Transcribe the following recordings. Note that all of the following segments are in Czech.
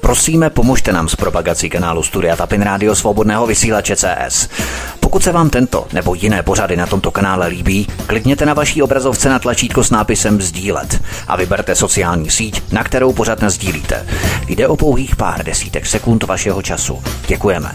Prosíme, pomožte nám s propagací kanálu Studia Tapin Rádio Svobodného vysílače CS. Pokud se vám tento nebo jiné pořady na tomto kanále líbí, klikněte na vaší obrazovce na tlačítko s nápisem sdílet a vyberte sociální síť, na kterou pořad nasdílíte. Jde o pouhých pár desítek sekund vašeho času. Děkujeme.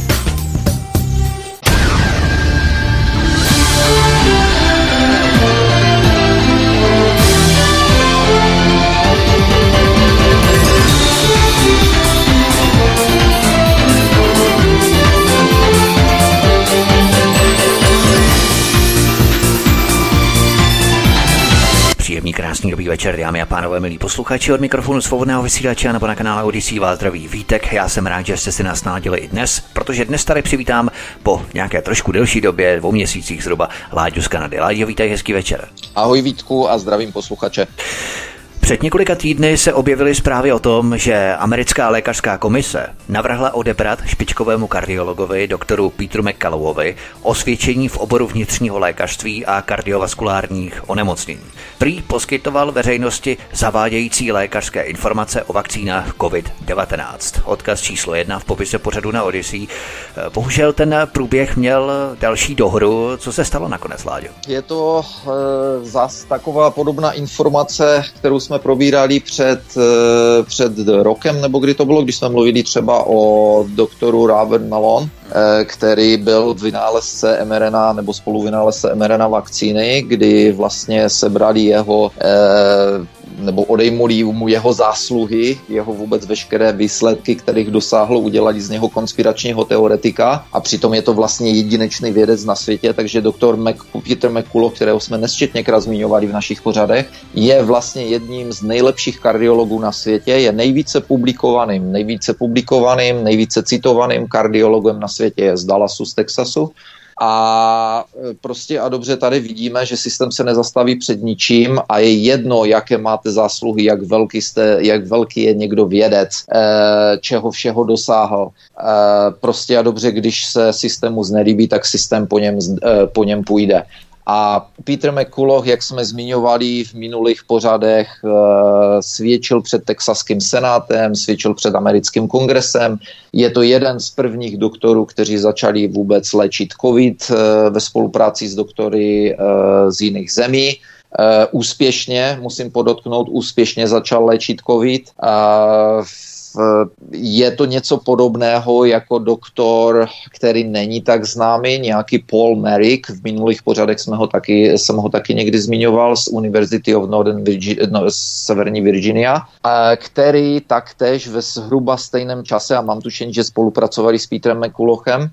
Příjemný, krásný, dobrý večer, dámy a pánové, milí posluchači, od mikrofonu Svobodného vysílače nebo na kanále Odyssey vás zdraví Vítek. Já jsem rád, že jste si nás naladili i dnes, protože dnes tady přivítám po nějaké trošku delší době, 2 měsících zhruba, Láďu z Kanady. Láďo, vítej, hezký večer. Ahoj Vítku a zdravím posluchače. Před několika týdny se objevily zprávy o tom, že americká lékařská komise navrhla odebrat špičkovému kardiologovi doktoru Peteru McCulloughovi osvědčení v oboru vnitřního lékařství a kardiovaskulárních onemocnění. Prý poskytoval veřejnosti zavádějící lékařské informace o vakcínách COVID-19. Odkaz číslo 1 v popise pořadu na Odyssey. Bohužel ten průběh měl další dohru. Co se stalo nakonec, Láďo? Je to zas taková podobná informace, kterou jsme probírali před rokem, nebo kdy to bylo, když jsme mluvili třeba o doktoru Robert Malone, který byl vynálezce mRNA nebo spoluvynálezce mRNA vakcíny, kdy vlastně sebrali jeho nebo odejmuli mu jeho zásluhy, jeho vůbec veškeré výsledky, kterých dosáhlo, udělali z něho konspiračního teoretika a přitom je to vlastně jedinečný vědec na světě, takže doktor Peter McCullough, kterého jsme nesčetněkrát zmiňovali v našich pořadech, je vlastně jedním z nejlepších kardiologů na světě, je nejvíce publikovaným, nejvíce citovaným kardiologem na světě, je z Dallasu, z Texasu. A prostě a dobře tady vidíme, že systém se nezastaví před ničím a je jedno, jaké máte zásluhy, jak velký je někdo vědec, čeho všeho dosáhl. Prostě a dobře, když se systému znelíbí, tak systém po něm půjde. A Peter McCullough, jak jsme zmiňovali v minulých pořadech, svědčil před texaským senátem, svědčil před americkým kongresem. Je to jeden z prvních doktorů, kteří začali vůbec léčit COVID ve spolupráci s doktory z jiných zemí. Úspěšně, musím podotknout, úspěšně začal léčit COVID. Je to něco podobného jako doktor, který není tak známý, nějaký Paul Marik, v minulých pořadech jsem ho taky někdy zmiňoval, z University of Severní Virginia, který taktéž ve zhruba stejném čase, a mám tušení, že spolupracovali s Petrem McCulloughem,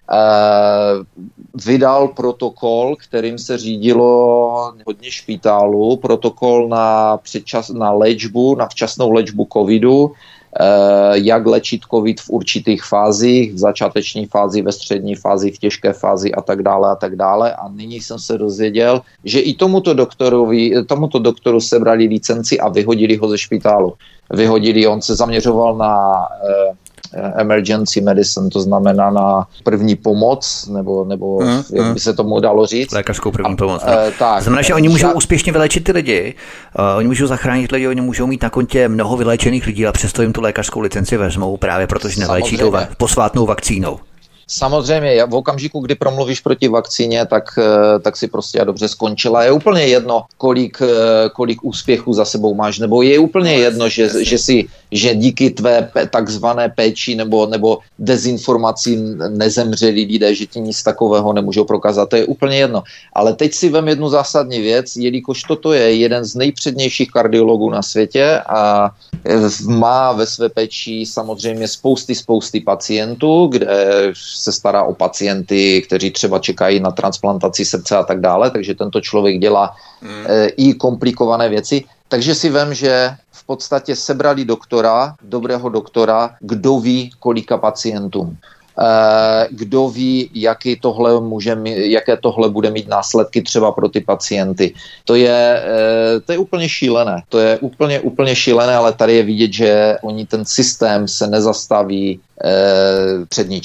vydal protokol, kterým se řídilo hodně špitálů, protokol na léčbu, na včasnou léčbu covidu, jak léčit covid v určitých fázích, v začáteční fázi, ve střední fázi, v těžké fázi a tak dále a tak dále. A nyní jsem se dozvěděl, že i tomuto doktoru sebrali licenci a vyhodili ho ze špitálu. On se zaměřoval na emergency medicine, to znamená na první pomoc, nebo jak by se tomu dalo říct. Lékařskou první pomoc. Tak, znamená, že oni můžou úspěšně vylečit ty lidi, oni můžou zachránit lidi, oni můžou mít na kontě mnoho vyléčených lidí a přesto jim tu lékařskou licenci vezmou právě protože neléčí tou posvátnou vakcínou. Samozřejmě, v okamžiku, kdy promluvíš proti vakcíně, tak si prostě a dobře skončila. Je úplně jedno, kolik úspěchů za sebou máš, nebo je úplně jedno, že díky tvé takzvané péči nebo dezinformací nezemřeli lidé, že ti nic takového nemůžou prokázat. To je úplně jedno. Ale teď si vem jednu zásadní věc, jelikož toto je jeden z nejpřednějších kardiologů na světě a má ve své péči samozřejmě spousty pacientů, kde se stará o pacienty, kteří třeba čekají na transplantaci srdce a tak dále, takže tento člověk dělá i komplikované věci. Takže si vem, že v podstatě sebrali dobrého doktora, kdo ví, kolika pacientům. Kdo ví, jaké tohle bude mít následky třeba pro ty pacienty. To je úplně šílené. To je úplně šílené, ale tady je vidět, že ten systém se nezastaví před ničím.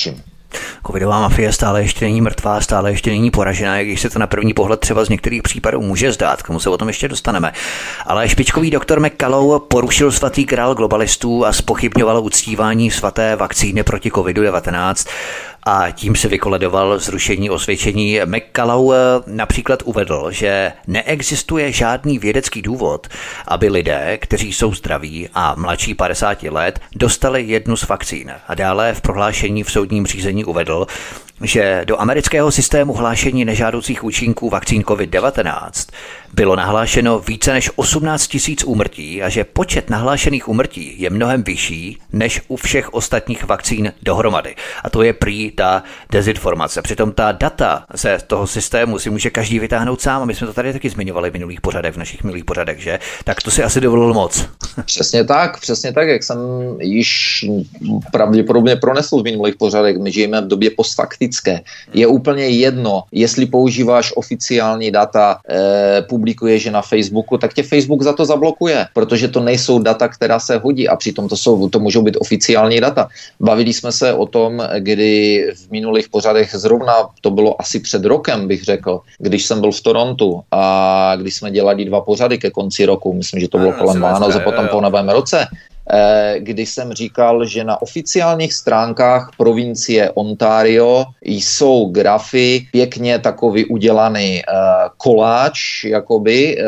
Covidová mafie stále ještě není mrtvá, stále ještě není poražená, jak když se to na první pohled třeba z některých případů může zdát, k tomu se o tom ještě dostaneme. Ale špičkový doktor McCullough porušil svatý král globalistů a zpochybňoval uctívání svaté vakcíny proti COVID-19 a tím se vykoledoval zrušení osvědčení. McCullough například uvedl, že neexistuje žádný vědecký důvod, aby lidé, kteří jsou zdraví a mladší 50 let, dostali jednu z vakcín. A dále v prohlášení v soudním řízení uvedl, že do amerického systému hlášení nežádoucích účinků vakcín COVID-19 bylo nahlášeno více než 18 000 úmrtí a že počet nahlášených úmrtí je mnohem vyšší než u všech ostatních vakcín dohromady. A to je prý ta dezinformace. Přitom ta data ze toho systému si může každý vytáhnout sám a my jsme to tady taky zmiňovali v minulých pořadech, v našich minulých pořadech, že? Tak to si asi dovolil moc. Přesně tak, jak jsem již pravděpodobně pronesl v minulých pořadech, my žijeme v době postfaktické. Je úplně jedno, jestli používáš oficiální data, publikuješ je na Facebooku, tak tě Facebook za to zablokuje, protože to nejsou data, která se hodí a přitom to můžou být oficiální data. Bavili jsme se o tom, kdy v minulých pořadech zrovna, to bylo asi před rokem, bych řekl, když jsem byl v Torontu a když jsme dělali 2 pořady ke konci roku, myslím, že to bylo kolem Vánoc a potom po novém roce, kdy jsem říkal, že na oficiálních stránkách provincie Ontario jsou grafy, pěkně takový udělaný koláč, jakoby,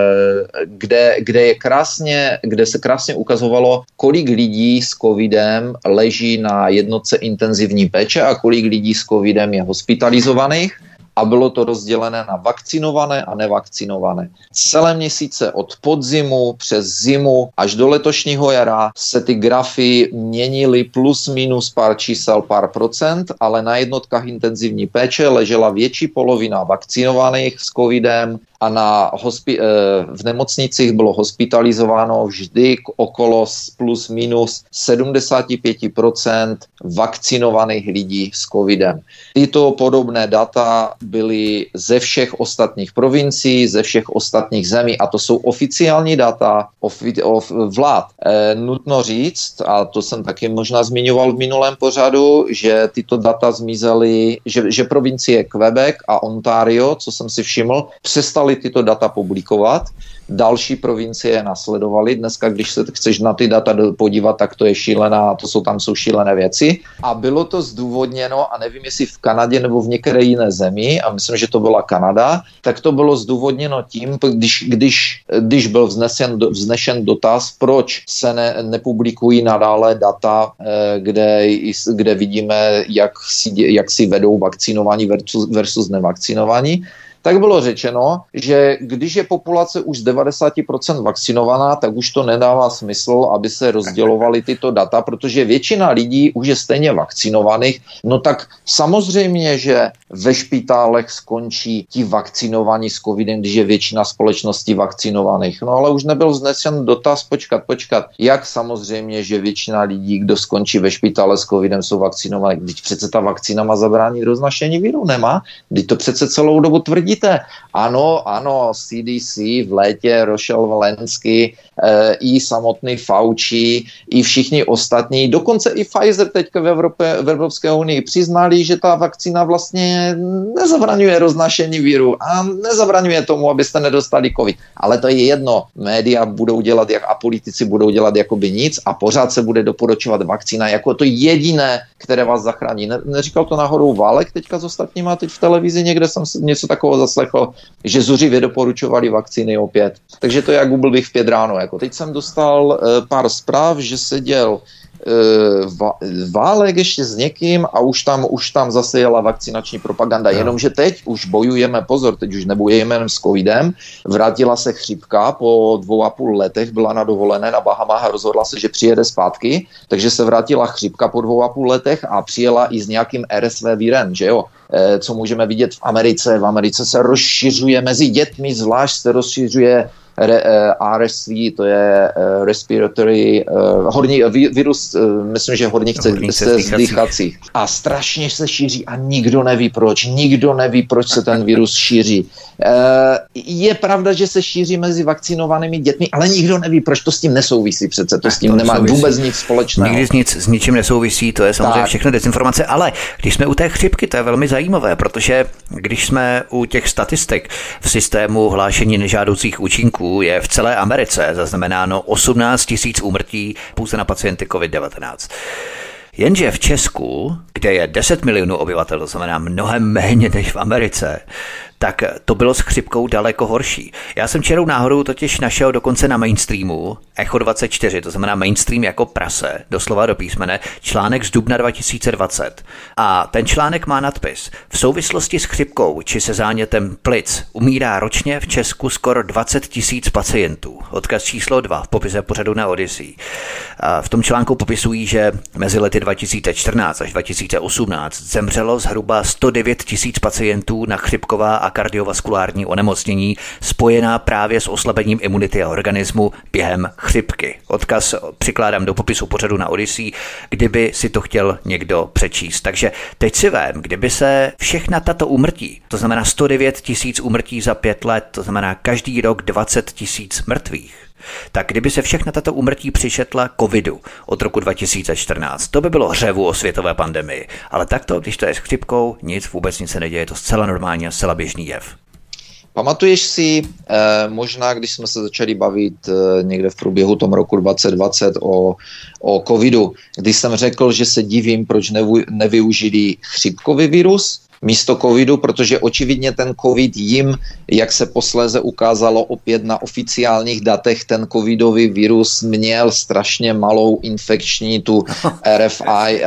kde se krásně ukazovalo, kolik lidí s covidem leží na jednotce intenzivní péče a kolik lidí s covidem je hospitalizovaných. A bylo to rozdělené na vakcinované a nevakcinované. Celé měsíce od podzimu přes zimu až do letošního jara se ty grafy měnily plus minus pár čísel, pár procent, ale na jednotkách intenzivní péče ležela větší polovina vakcinovaných s covidem a v nemocnicích bylo hospitalizováno vždy okolo plus minus 75% vakcinovaných lidí s covidem. Tyto podobné data byly ze všech ostatních provincií, ze všech ostatních zemí a to jsou oficiální data vlád. Nutno říct, a to jsem taky možná zmiňoval v minulém pořadu, že tyto data zmizely, že provincie Quebec a Ontario, co jsem si všiml, přestali tyto data publikovat. Další provincie nasledovaly. Dneska, když se chceš na ty data podívat, tak to je šílená, tam jsou šílené věci. A bylo to zdůvodněno, a nevím, jestli v Kanadě nebo v některé jiné zemi, a myslím, že to byla Kanada, tak to bylo zdůvodněno tím, když byl vznešen dotaz, proč se nepublikují nadále data, kde vidíme, jak si vedou vakcinovaní versus nevakcinovaní, tak bylo řečeno, že když je populace už z 90% vakcinovaná, tak už to nedává smysl, aby se rozdělovaly tyto data, protože většina lidí už je stejně vakcinovaných. No tak samozřejmě, že ve špitálech skončí ti vakcinovaní s covidem, když je většina společnosti vakcinovaných. No ale už nebyl vznesen dotaz, počkat. Jak samozřejmě, že většina lidí, kdo skončí ve špitále s covidem, jsou vakcinovaní? Když přece ta vakcína má zabránit roznášení viru, nemá? Když to přece celou dobu tvrdíte. Ano, CDC v létě, Rochelle Walensky, i samotný Fauci, i všichni ostatní, dokonce i Pfizer teďka v Evropské unii přiznali, že ta vakcína vlastně nezabraňuje roznášení viru a nezabraňuje tomu, abyste nedostali covid. Ale to je jedno, média budou dělat a politici budou dělat jakoby nic a pořád se bude doporučovat vakcína jako to jediné, které vás zachrání. Neříkal to náhodou Válek teďka s ostatníma teď v televizi, někde jsem něco takového zaslechl, že zuřivě doporučovali vakcíny opět. Takže to je jak Google bych v 5 ráno. Teď jsem dostal pár zpráv, že seděl Válek ještě s někým a už tam zase jela vakcinační propaganda. Jenomže teď už bojujeme, teď už nebojujeme jen s covidem. Vrátila se chřipka po 2,5 letech, byla na dovolené na Bahamách a rozhodla se, že přijede zpátky, takže se vrátila chřipka po 2,5 letech a přijela i s nějakým RSV virem, že jo? Co můžeme vidět v Americe. V Americe se rozšiřuje mezi dětmi, zvlášť se rozšiřuje RSV, to je respiratory, virus, myslím, že horních cest dýchacích. A strašně se šíří a nikdo neví proč. Nikdo neví, proč se ten virus šíří. Je pravda, že se šíří mezi vakcinovanými dětmi, ale nikdo neví, proč. To s tím nesouvisí přece. To s tím nemá vůbec nic společného. Nikdy nic s ničím nesouvisí, to je samozřejmě všechno dezinformace, ale když jsme u té chřipky, to je velmi zajímavé, protože když jsme u těch statistik v systému hlášení nežádoucích účinků, je v celé Americe zaznamenáno 18 000 úmrtí pouze na pacienty COVID-19. Jenže v Česku, kde je 10 milionů obyvatel, to znamená mnohem méně než v Americe, tak to bylo s chřipkou daleko horší. Já jsem čirou náhodou totiž našel dokonce na mainstreamu Echo 24, to znamená mainstream jako prase, doslova do písmene, článek z dubna 2020. A ten článek má nadpis: v souvislosti s chřipkou či se zánětem plic umírá ročně v Česku skoro 20 000 pacientů. Odkaz číslo 2 v popise pořadu na Odyssey. A v tom článku popisují, že mezi lety 2014 až 2018 zemřelo zhruba 109 000 pacientů na chřipková a kardiovaskulární onemocnění spojená právě s oslabením imunity a organismu během chřipky. Odkaz přikládám do popisu pořadu na Odyssey, kdyby si to chtěl někdo přečíst. Takže teď si vem, kdyby se všechna tato úmrtí, to znamená 109 000 úmrtí za 5 let, to znamená každý rok 20 000 mrtvých, tak kdyby se všechna tato úmrtí přišetla covidu od roku 2014, to by bylo hřevu o světové pandemii. Ale takto, když to je s chřipkou, vůbec nic se neděje, je to zcela normální a zcela běžný jev. Pamatuješ si, možná když jsme se začali bavit někde v průběhu tom roku 2020 o covidu, když jsem řekl, že se divím, proč nevyužili chřipkový virus místo covidu, protože očividně ten covid jim, jak se posléze ukázalo opět na oficiálních datech, ten covidový virus měl strašně malou infekční tu RFI,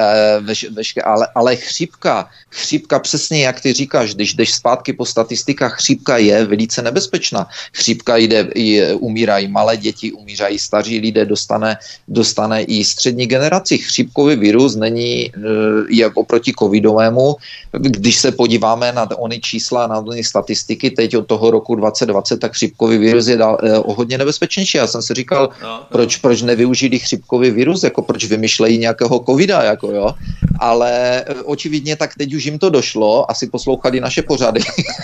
ale chřipka přesně jak ty říkáš, když jdeš zpátky po statistikách, chřipka je velice nebezpečná. Chřipka umírají malé děti, umírají staří lidé, dostane i střední generaci. Chřipkový virus je oproti covidovému, když se podíváme na ony čísla, na ony statistiky teď od toho roku 2020, tak chřipkový virus je hodně nebezpečnější. Já jsem si říkal, proč nevyužili chřipkový virus, jako proč vymyšlejí nějakého covida, jako jo. Ale očividně tak teď už jim to došlo, asi poslouchali naše pořady.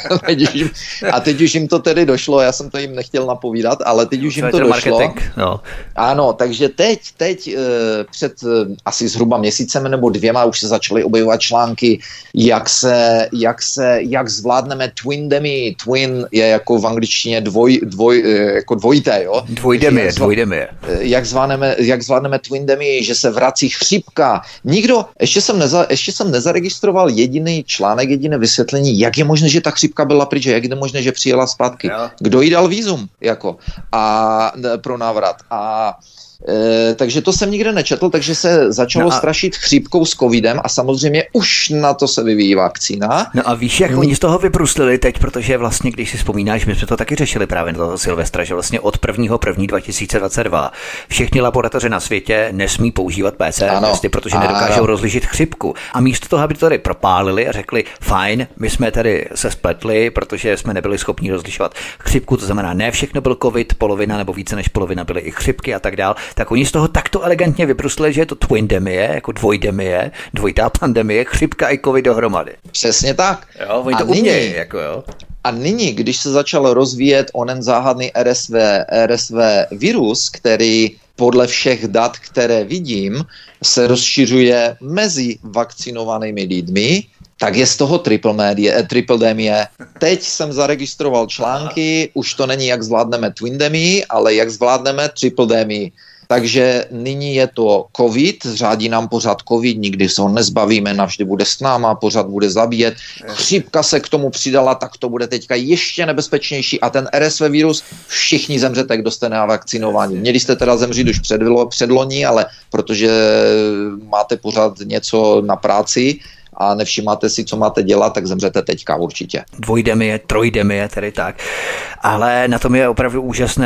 A teď už jim to tedy došlo, já jsem to jim nechtěl napovídat, ale teď už jim to došlo. No. Ano, takže teď před asi zhruba měsícem nebo 2 už se začaly objevovat články, jak zvládneme twindemii. Twin je jako v angličtině jako dvojité, jo? Dvojdemie. Jak zvládneme twindemii, že se vrací chřipka. Ještě jsem nezaregistroval jediný článek, jediné vysvětlení, jak je možné, že ta chřipka byla pryč, jak je možné, že přijela zpátky. Jo. Kdo jí dal vízum, pro návrat. Takže to jsem nikde nečetl, takže se začalo strašit chřipkou s covidem a samozřejmě už na to se vyvíjí vakcína. No a víš, jak oni z toho vypruslili teď, protože vlastně, když si vzpomínáš, my jsme to taky řešili právě na toho Silvestra, že vlastně od 1.1.2022 všechny laboratoře na světě nesmí používat PCR testy, protože nedokážou rozlišit chřipku. A místo toho, aby to tady propálili a řekli, fajn, my jsme tady se spletli, protože jsme nebyli schopni rozlišovat chřipku, to znamená, ne všechno byl covid, polovina nebo více než polovina byly i chřipky a tak dál. Tak oni z toho takto elegantně vypruslili, že je to twindemie, jako dvojdemie, dvojitá pandemie, chřipka i covid dohromady. Přesně tak. Jo, oni to umějí, jako jo. A nyní, když se začal rozvíjet onen záhadný RSV virus, který podle všech dat, které vidím, se rozšiřuje mezi vakcinovanými lidmi, tak je z toho triple-demie. Teď jsem zaregistroval články, už to není jak zvládneme twindemii, ale jak zvládneme triple-demii. Takže nyní je to covid, řádí nám pořád covid, nikdy se ho nezbavíme, navždy bude s náma, pořád bude zabíjet. Chřipka se k tomu přidala, tak to bude teďka ještě nebezpečnější a ten RSV virus, všichni zemřete, kdo jste nevakcinování. Měli jste teda zemřít už předloni, ale protože máte pořád něco na práci a nevšimáte si, co máte dělat, tak zemřete teďka určitě. Dvojdemie, trojdemie, tedy tak. Ale na tom je opravdu úžasné,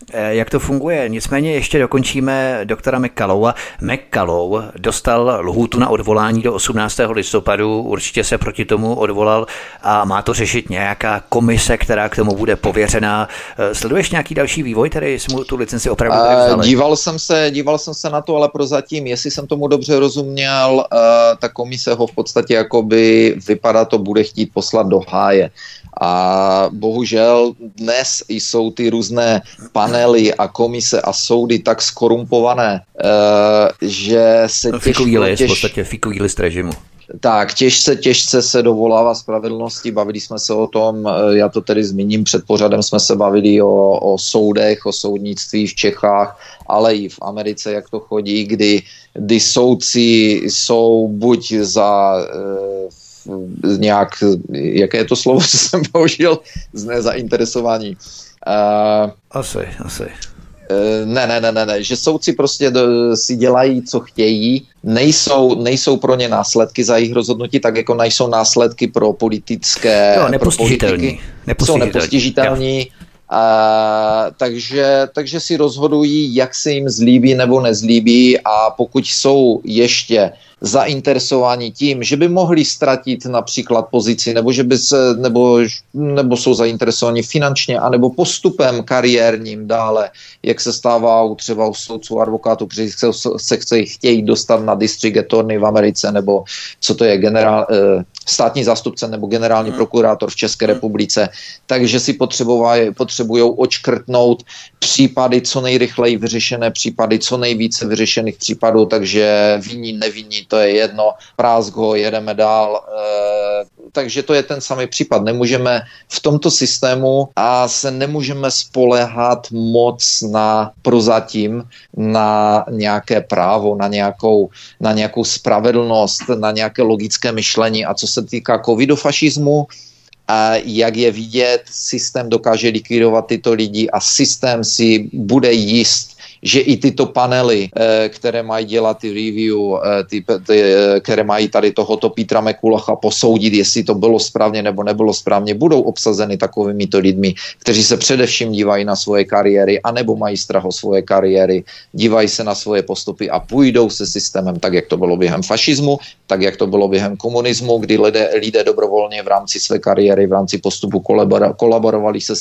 jak to funguje. Nicméně ještě dokončíme doktora McCullougha. McCullough dostal lhůtu na odvolání do 18. listopadu, určitě se proti tomu odvolal a má to řešit nějaká komise, která k tomu bude pověřená. Sleduješ nějaký další vývoj, který jsi mu tu licenci opravdu vzali? Díval jsem se na to, ale prozatím, jestli jsem tomu dobře rozuměl, ta komise ho v podstatě jakoby vypadá to bude chtít poslat do háje. A bohužel dnes jsou ty různé panely a komise a soudy tak skorumpované, že se fíkový list režimu. Tak, těžce se dovolává spravedlnosti, bavili jsme se o tom, já to tedy zmíním, před pořadem jsme se bavili o soudech, o soudnictví v Čechách, ale i v Americe, jak to chodí, kdy soudci jsou buď za nějak, jaké je to slovo, co jsem použil, zainteresování. Asi. Ne, že soudci prostě si dělají, co chtějí, nejsou pro ně následky za jejich rozhodnutí, tak jako nejsou následky pro politické... nepostižitelní. Jsou nepostižitelní. Takže si rozhodují, jak se jim zlíbí nebo nezlíbí, a pokud jsou ještě zainteresováni tím, že by mohli ztratit například pozici, nebo jsou zainteresováni finančně, anebo postupem kariérním dále, jak se stává třeba u soudců, advokátů, kteří se chtějí dostat na district attorney v Americe, nebo co to je státní zástupce nebo generální prokurátor v České republice, takže si potřebují odškrtnout případy co nejrychleji vyřešené případy, co nejvíce vyřešených případů, takže vinní, nevinní, to je jedno, prásk ho, jedeme dál. Takže to je ten samý případ. Nemůžeme v tomto systému a se nemůžeme spoléhat moc prozatím na nějaké právo, na nějakou spravedlnost, na nějaké logické myšlení. A co se týká covidofašismu, a jak je vidět, systém dokáže likvidovat tyto lidi a systém si bude jist, že i tyto panely, které mají dělat ty review, které mají tady tohoto Petra McCullougha posoudit, jestli to bylo správně nebo nebylo správně, budou obsazeny takovýmito lidmi, kteří se především dívají na svoje kariéry, anebo mají strach o svoje kariéry, dívají se na svoje postupy a půjdou se systémem, tak jak to bylo během fašismu, tak jak to bylo během komunismu, kdy lidé dobrovolně v rámci své kariéry, v rámci postupu kolaborovali se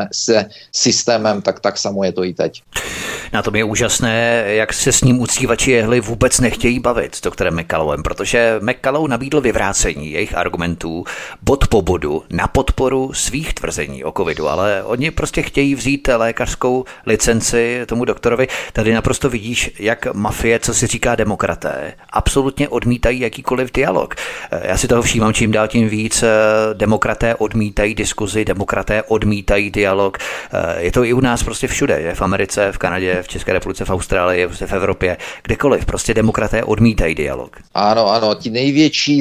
systémem, tak samo je to i teď. Na tom je úžasné, jak se s ním uctívači jehly vůbec nechtějí bavit s doktorem McCulloughem, protože McCullough nabídl vyvrácení jejich argumentů bod po bodu na podporu svých tvrzení o covidu, ale oni prostě chtějí vzít lékařskou licenci tomu doktorovi. Tady naprosto vidíš, jak mafie, co si říká demokraté, absolutně odmítají jakýkoliv dialog. Já si toho všímám čím dál tím víc. Demokraté odmítají diskuzi, demokraté odmítají dialog. Je to i u nás prostě všude, je v Americe, v Kanadě, v České republice, v Austrálii, v Evropě, kdekoliv. Prostě demokraté odmítají dialog. Ano, ti největší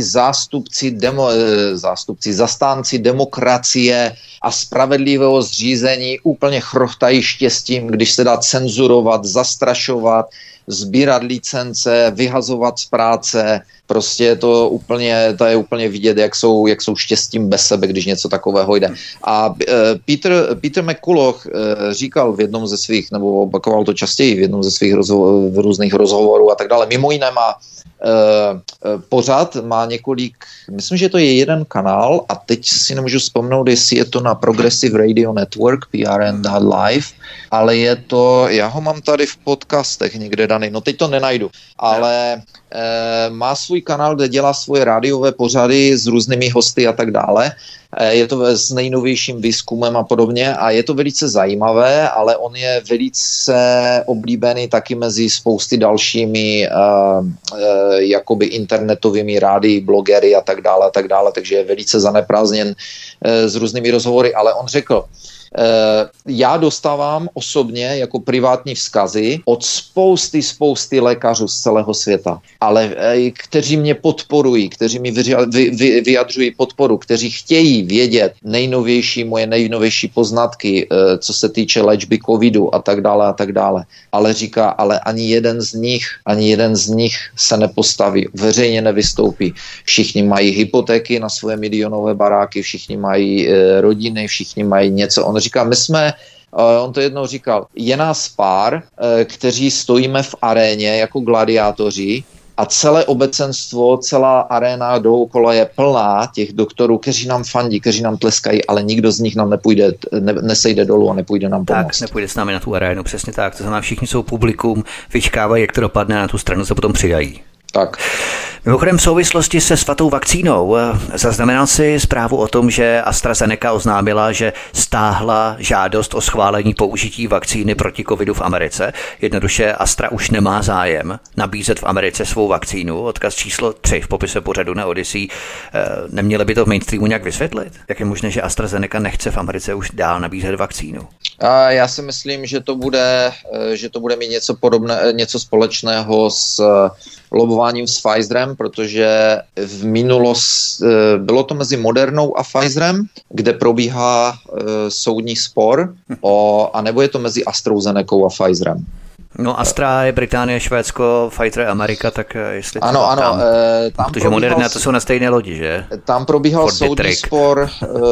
zastánci demokracie a spravedlivého zřízení úplně chrochtají štěstím, když se dá cenzurovat, zastrašovat, sbírat licence, vyhazovat z práce. Prostě to je úplně vidět, jak jsou štěstím bez sebe, když něco takového jde. A Peter McCullough říkal v jednom ze svých, nebo opakoval to častěji v jednom ze svých různých rozhovorů a tak dále. Mimo jiné má pořad, má několik, myslím, že to je jeden kanál a teď si nemůžu vzpomenout, jestli je to na Progressive Radio Network, PRN Live, ale je to, já ho mám tady v podcastech někde daný, no teď to nenajdu, ale má svůj kanál, kde dělá svoje rádiové pořady s různými hosty a tak dále. Je to s nejnovějším výzkumem a podobně a je to velice zajímavé, ale on je velice oblíbený taky mezi spousty dalšími jakoby internetovými rádii, blogery a tak dále, takže je velice zaneprázdněn s různými rozhovory, ale on řekl, já dostávám osobně jako privátní vzkazy od spousty lékařů z celého světa, ale kteří mě podporují, kteří mi vyjadřují podporu, kteří chtějí vědět moje nejnovější poznatky, co se týče léčby covidu a tak dále. Ale říká, ale ani jeden z nich se nepostaví, veřejně nevystoupí. Všichni mají hypotéky na svoje milionové baráky, všichni mají rodiny, všichni mají něco. On říká, On to jednou říkal, je nás pár, kteří stojíme v aréně jako gladiátoři a celé obecenstvo, celá aréna dookola je plná těch doktorů, kteří nám fandí, kteří nám tleskají, ale nikdo z nich nám nepůjde, nesejde dolů a nepůjde nám pomoct. Tak, nepůjde s námi na tu arénu, přesně tak. To znamená, všichni jsou publikum, vyčkávají, jak to dopadne, na tu stranu se potom přidají. Tak. Mimochodem v souvislosti se svatou vakcínou zaznamenal si zprávu o tom, že AstraZeneca oznámila, že stáhla žádost o schválení použití vakcíny proti covidu v Americe. Jednoduše Astra už nemá zájem nabízet v Americe svou vakcínu. Odkaz číslo 3 v popise pořadu na Odyssey. Neměli by to v mainstreamu nějak vysvětlit? Jak je možné, že AstraZeneca nechce v Americe už dál nabízet vakcínu? Já si myslím, že to bude mít něco společného s lobováním s Pfizerem, protože v minulosti bylo to mezi Modernou a Pfizerem, kde probíhá soudní spor, anebo je to mezi AstraZenecou a Pfizerem. No Astra je Británie, Švédsko, Pfizer je Amerika, tak jestli to ano, tam, protože Moderna to jsou na stejné lodi, že? Tam probíhal soudní spor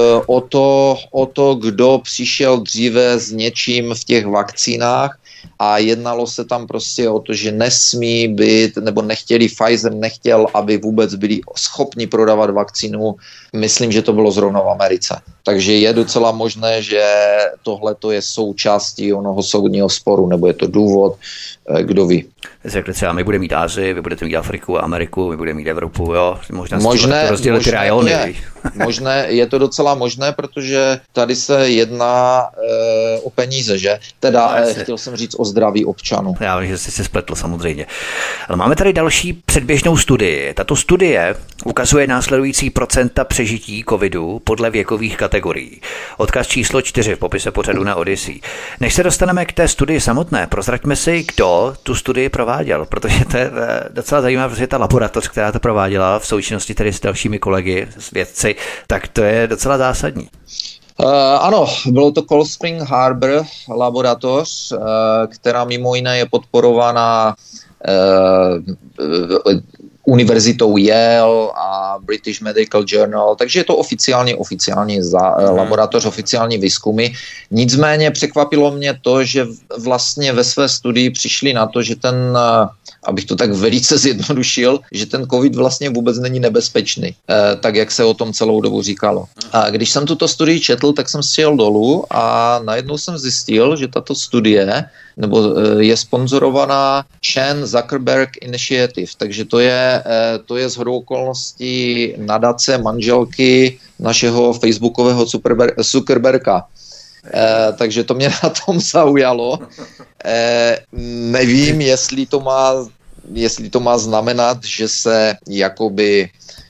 o to, kdo přišel dříve s něčím v těch vakcínách a jednalo se tam prostě o to, že nesmí být, nebo Pfizer nechtěl, aby vůbec byli schopni prodávat vakcínu. Myslím, že to bylo zrovna v Americe. Takže je docela možné, že tohle je součástí onoho soudního sporu, nebo je to důvod, kdo ví. Řekli třeba, my budeme mít Asii, vy budete mít Afriku a Ameriku, my budeme mít Evropu, jo? Možná rozdělit ty rajony. Je to docela možné, protože tady se jedná o peníze, že? Chtěl jsem říct o zdraví občanů. Já vím, že jsi se spletl samozřejmě. Ale máme tady další předběžnou studii. Tato studie ukazuje následující procenta přežití covidu podle věkových kategorií. Odkaz číslo 4 v popise pořadu na Odyssey. Než se dostaneme k té studii samotné, prozraďme si, kdo tu studii prováděl, protože to je docela zajímavé, protože ta laboratoř, která to prováděla v součinnosti tedy s dalšími kolegy, s vědci, tak to je docela zásadní. Ano, bylo to Cold Spring Harbor laboratoř, která mimo jiné je podporovaná univerzitou Yale a British Medical Journal, takže je to oficiální laboratoř, oficiální výzkumy. Nicméně překvapilo mě to, že vlastně ve své studii přišli na to, že abych to tak velice zjednodušil, že ten covid vlastně vůbec není nebezpečný, tak jak se o tom celou dobu říkalo. A když jsem tuto studii četl, tak jsem sjel dolů a najednou jsem zjistil, že tato studie je sponzorovaná Chan Zuckerberg Initiative, takže to je shodou okolností nadace manželky našeho facebookového Zuckerberga. Takže to mě na tom zaujalo. Nevím, jestli to má znamenat, že se jakoby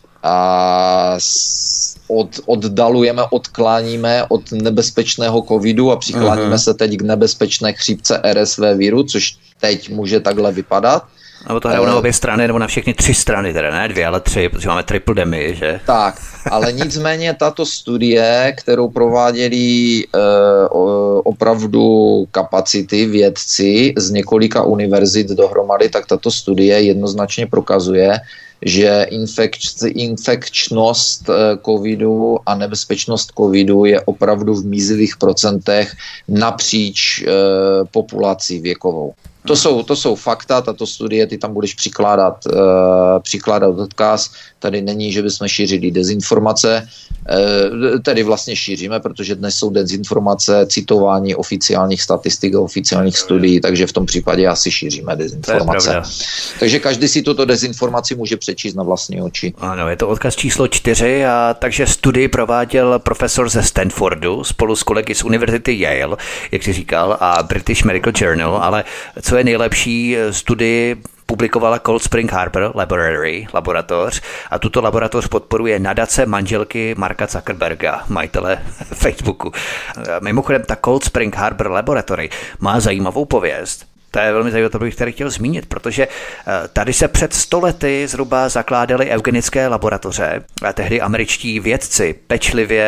oddalujeme, odkláníme od nebezpečného covidu a přikláníme se teď k nebezpečné chřipce RSV viru, což teď může takhle vypadat. Nebo to hrajou na obě strany, nebo na všechny 3 strany, teda ne 2, ale 3, protože máme triple demi, že? Tak, ale nicméně tato studie, kterou prováděli opravdu kapacity vědci z několika univerzit dohromady, tak tato studie jednoznačně prokazuje, že infekčnost covidu a nebezpečnost covidu je opravdu v mizivých procentech napříč populací věkovou. To jsou fakta, tato studie, ty tam budeš přikládat odkaz. Tady není, že bychom šířili dezinformace, tedy vlastně šíříme, protože dnes jsou dezinformace, citování oficiálních statistik a oficiálních studií, takže v tom případě asi šíříme dezinformace. Takže každý si tuto dezinformaci může přečíst na vlastní oči. Ano, je to odkaz číslo 4 a takže studii prováděl profesor ze Stanfordu spolu s kolegy z univerzity Yale, jak jsi říkal, a British Medical Journal, ale co je nejlepší, studii publikovala Cold Spring Harbor laboratoř a tuto laboratoř podporuje nadace manželky Marka Zuckerberga, majitele Facebooku. Mimochodem, ta Cold Spring Harbor Laboratory má zajímavou pověst. To je velmi zajímavé, to bych tady chtěl zmínit, protože tady se před 100 lety zhruba zakládaly eugenické laboratoře a tehdy američtí vědci pečlivě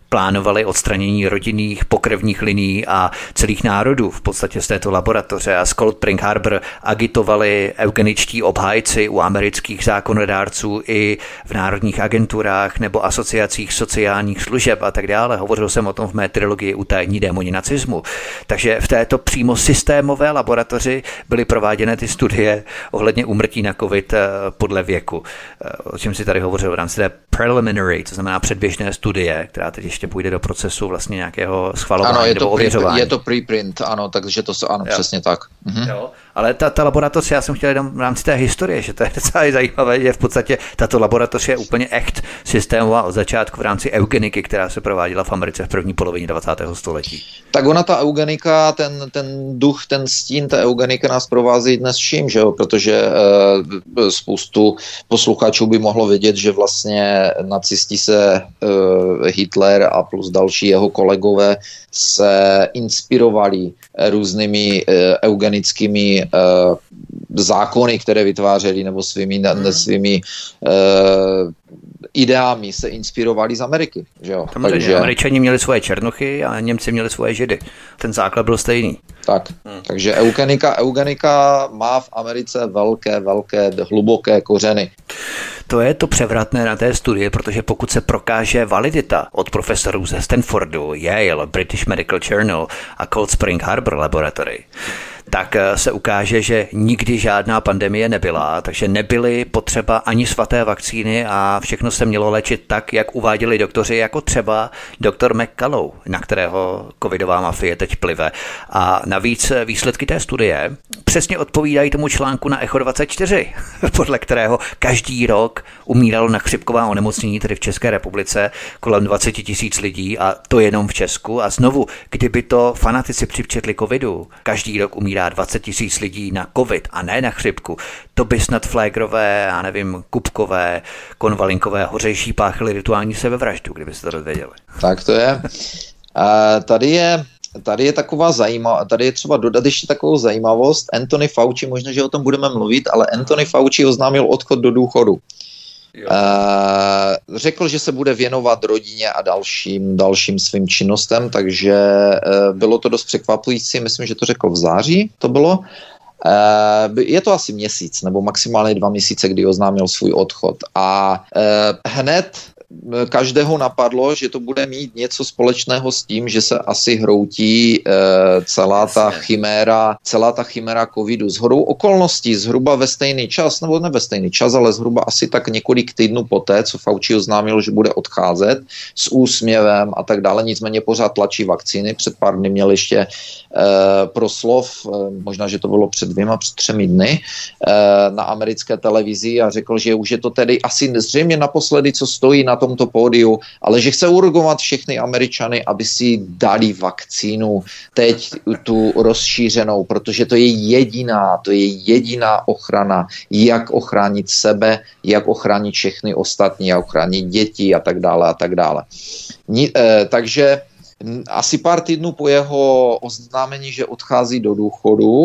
plánovali odstranění rodinných pokrevních linií a celých národů v podstatě z této laboratoře a z Cold Spring Harbor agitovali eugeničtí obhájci u amerických zákonodárců i v národních agenturách nebo asociacích sociálních služeb a tak dále. Hovořil jsem o tom v mé trilogii Utajení démoni nacismu. Takže v této přímo systémové laboratoři byly prováděny ty studie ohledně úmrtí na COVID podle věku. O čem si tady hovořil v rámci té preliminary, to znamená předběžné studie, která teď ještě půjde do procesu vlastně nějakého schvalování nebo ověřování. Je to preprint, ano, takže to ano, přesně tak. Jo, ale ta laboratoř, já jsem chtěl jenom v rámci té historie, že to je docela zajímavé, že v podstatě tato laboratoř je úplně echt systémová od začátku v rámci eugeniky, která se prováděla v Americe v první polovině 20. století. Tak ona ta eugenika, ten duch, ten stín té eugenika nás provází dnes vším, že jo? Protože spoustu posluchačů by mohlo vědět, že vlastně nacisti se Hitler a plus další jeho kolegové se inspirovali různými eugenickými zákony, které vytvářeli, nebo svými ideámi se inspirovali z Ameriky. Že jo? Takže Američani měli svoje černochy a Němci měli svoje Židy. Ten základ byl stejný. Tak, takže eugenika má v Americe velké, hluboké kořeny. To je to převratné na té studii, protože pokud se prokáže validita od profesorů ze Stanfordu, Yale, British Medical Journal a Cold Spring Harbor Laboratory, tak se ukáže, že nikdy žádná pandemie nebyla, takže nebyly potřeba ani svaté vakcíny a všechno se mělo léčit tak, jak uváděli doktoři, jako třeba doktor McCullough, na kterého covidová mafie teď plive. A navíc výsledky té studie přesně odpovídají tomu článku na Echo 24, podle kterého každý rok umíralo na chřipková onemocnění, tedy v České republice, kolem 20 000 lidí a to jenom v Česku. A znovu, kdyby to fanatici připčetli covidu, každý rok umírá 20 000 lidí na covid a ne na chřipku, to by snad Flégrové, já nevím, Kupkové, Konvalinkové, Hořejší páchali rituální sebevraždu, kdyby se to dozvěděli. Tak to je. Tady je taková tady je třeba dodat ještě takovou zajímavost. Anthony Fauci, možná, že o tom budeme mluvit, ale Anthony Fauci oznámil odchod do důchodu. Řekl, že se bude věnovat rodině a dalším svým činnostem, takže bylo to dost překvapující, myslím, že to řekl v září, to bylo. Je to asi měsíc, nebo maximálně 2 měsíce, kdy oznámil svůj odchod. A hned každého napadlo, že to bude mít něco společného s tím, že se asi hroutí celá ta chiméra covidu. Shodou okolností zhruba ve stejný čas, nebo ne ve stejný čas, ale zhruba asi tak několik týdnů poté, co Fauci oznámil, že bude odcházet s úsměvem a tak dále, nicméně pořád tlačí vakcíny. Před pár dny měl ještě proslov, možná, že to bylo před 3 dny, na americké televizi a řekl, že už je to tedy asi zřejmě naposledy, co stojí na tomto pódiu, ale že chce urgovat všechny Američany, aby si dali vakcínu teď tu rozšířenou, protože to je jediná ochrana, jak ochránit sebe, jak ochránit všechny ostatní, jak ochránit děti a tak dále a tak dále. Takže asi pár týdnů po jeho oznámení, že odchází do důchodu,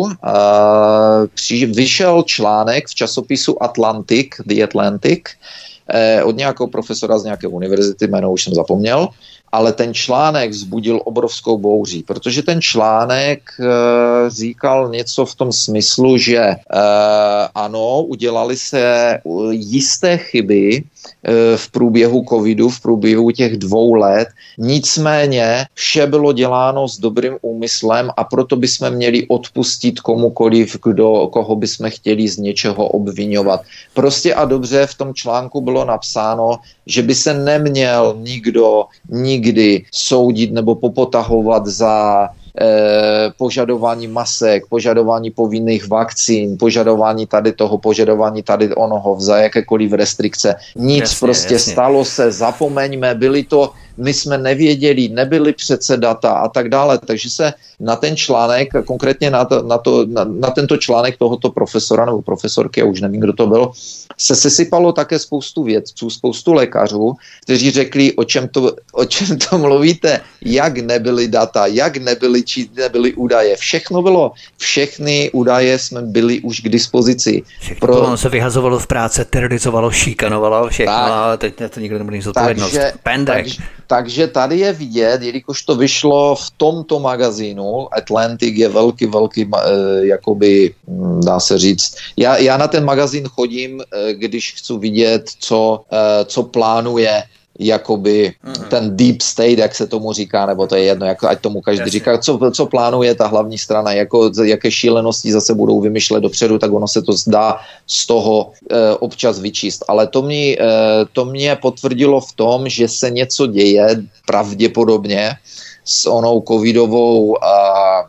vyšel článek v časopisu The Atlantic, od nějakého profesora z nějaké univerzity, jméno už jsem zapomněl, ale ten článek vzbudil obrovskou bouří, protože ten článek říkal něco v tom smyslu, že ano, udělali se jisté chyby v průběhu covidu, v průběhu těch 2 let, nicméně vše bylo děláno s dobrým úmyslem a proto bychom měli odpustit komukoliv, koho bychom chtěli z něčeho obvinovat. Prostě a dobře v tom článku bylo napsáno, že by se neměl nikdo nikdy soudit nebo popotahovat za požadování masek, požadování povinných vakcín, požadování tady toho, požadování tady onoho, za jakékoliv restrikce. Nic jasně. Stalo se, zapomeňme, my jsme nevěděli, nebyli přece data a tak dále, takže se na ten článek, konkrétně na tento článek tohoto profesora nebo profesorky, já už nevím, kdo to byl, se sesypalo také spoustu vědců, spoustu lékařů, kteří řekli, o čem to mluvíte, jak nebyly data, jak nebyly údaje. Všechno bylo, všechny údaje jsme byli už k dispozici. Všechno se vyhazovalo z práce, terorizovalo, šikanovalo, všechno, a teď to nikdo nebude zodpovědnost. Takže tady je vidět, jelikož to vyšlo v tomto magazínu, Atlantic je velký, jakoby, dá se říct. Já na ten magazín chodím, když chci vidět, co plánuje jakoby ten deep state, jak se tomu říká, nebo to je jedno, jako ať tomu každý říká, co plánuje ta hlavní strana, jaké šílenosti zase budou vymýšlet dopředu, tak ono se to zdá z toho občas vyčíst. Ale to mě potvrdilo v tom, že se něco děje pravděpodobně s onou covidovou a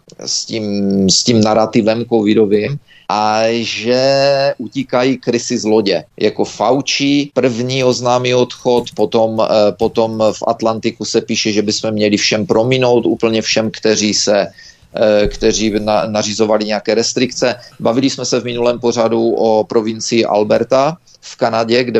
s tím narrativem covidovým, a že utíkají krysy z lodě. Jako Fauci první oznámí odchod, potom v Atlantiku se píše, že bychom měli všem prominout, úplně všem, kteří nařizovali nějaké restrikce. Bavili jsme se v minulém pořadu o provincii Alberta v Kanadě, kde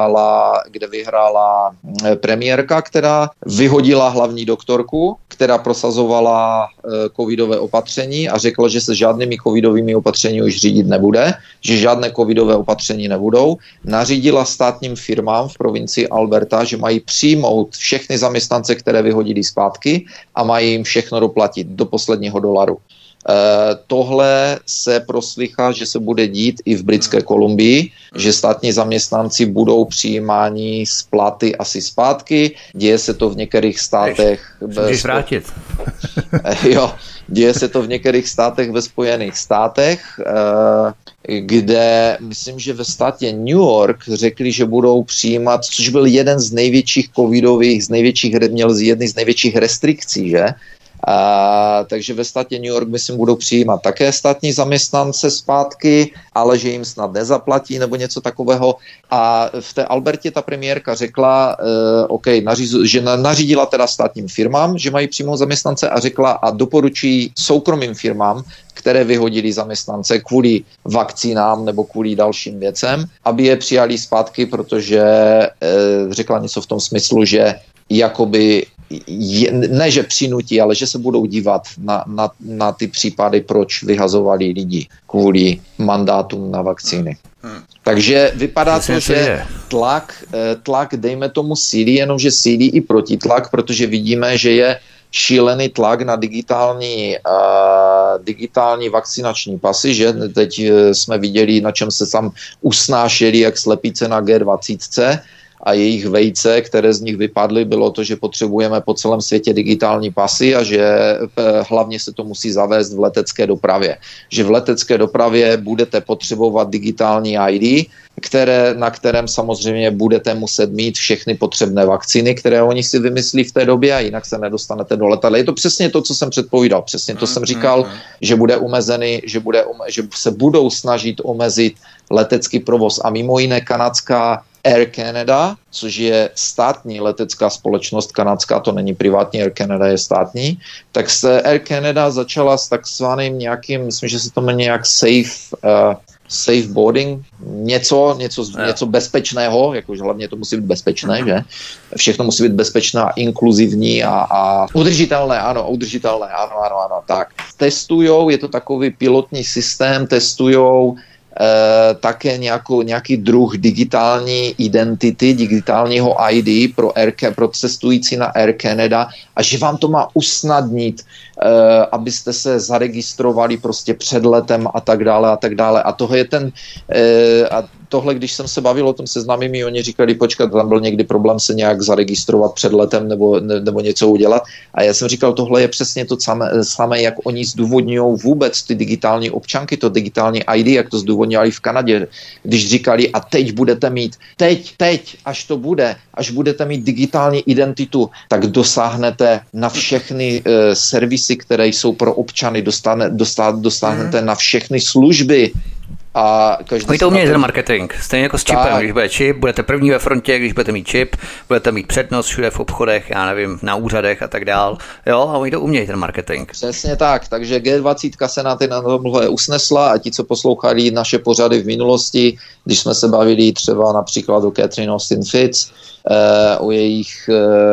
vyhrála premiérka, která vyhodila hlavní doktorku, která prosazovala covidové opatření a řekla, že se žádnými covidovými opatření už řídit nebude, že žádné covidové opatření nebudou. Nařídila státním firmám v provincii Alberta, že mají přijmout všechny zaměstnance, které vyhodili zpátky, a mají jim všechno doplatit do posledního $. Tohle se proslýchá, že se bude dít i v Britské Kolumbii, že státní zaměstnanci budou přijímáni z platy asi zpátky. Děje se to v některých státech. Můžeš vrátit. Jo, děje se to v některých státech ve Spojených státech, kde myslím, že ve státě New York řekli, že budou přijímat, což byl jeden z největších covidových, jedny z největších restrikcí, že? Takže ve státě New York, myslím, budou přijímat také státní zaměstnance zpátky, ale že jim snad nezaplatí nebo něco takového. A v té Albertě ta premiérka řekla, že nařídila teda státním firmám, že mají přijmout zaměstnance, a řekla a doporučí soukromým firmám, které vyhodili zaměstnance kvůli vakcínám nebo kvůli dalším věcem, aby je přijali zpátky, protože řekla něco v tom smyslu, že jakoby ne, že přinutí, ale že se budou dívat na ty případy, proč vyhazovali lidi kvůli mandátům na vakcíny. Takže vypadá to, že tlak, dejme tomu, sílí, jenomže sílí i protitlak, protože vidíme, že je šílený tlak na digitální vakcinační pasy, že teď jsme viděli, na čem se tam usnášeli jak slepice na G20, a jejich vejce, které z nich vypadly, bylo to, že potřebujeme po celém světě digitální pasy a že hlavně se to musí zavést v letecké dopravě. Že v letecké dopravě budete potřebovat digitální ID, na kterém samozřejmě budete muset mít všechny potřebné vakcíny, které oni si vymyslí v té době, a jinak se nedostanete do letadla. Je to přesně to, co jsem předpovídal. Přesně to jsem říkal, že bude omezený, že se budou snažit omezit letecký provoz, a mimo jiné kanadská Air Canada, což je státní letecká společnost kanadská, to není privátní, Air Canada je státní, tak se Air Canada začala s takzvaným nějakým, myslím, že se to jmenuje nějak safe boarding, něco bezpečného, jakože hlavně to musí být bezpečné, že? Všechno musí být bezpečné a inkluzivní a udržitelné, ano, tak. Testujou, je to takový pilotní systém, testujou také nějaký druh digitální identity, digitálního ID pro cestující na Air Canada, a že vám to má usnadnit, abyste se zaregistrovali prostě před letem a tak dále a tak dále. A tohle je tohle, když jsem se bavil o tom se známými, oni říkali, počkat, tam byl někdy problém se nějak zaregistrovat před letem nebo něco udělat. A já jsem říkal, tohle je přesně to samé, jak oni zdůvodňují vůbec ty digitální občanky, to digitální ID, jak to zdůvodňovali v Kanadě, když říkali, a teď budete mít, až budete mít digitální identitu, tak dosáhnete na všechny servisy, které jsou pro občany, dosáhnete na všechny služby, A oni to umějí ten marketing, stejně jako s čipem, když bude čip, budete první ve frontě, když budete mít čip, budete mít přednost všude v obchodech, já nevím, na úřadech a tak dál, jo, a oni to umějí ten marketing. Přesně tak, takže G20 se na tomhle usnesla a ti, co poslouchali naše pořady v minulosti, když jsme se bavili třeba například o Catherine Austin Fitz, o jejich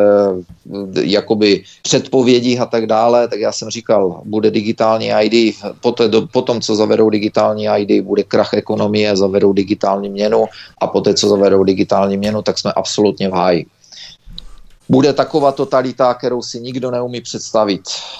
jakoby předpovědích a tak dále, tak já jsem říkal, bude digitální ID, potom, co zavedou digitální ID, bude krach ekonomie, zavedou digitální měnu a poté, co zavedou digitální měnu, tak jsme absolutně v háji. Bude taková totalita, kterou si nikdo neumí představit.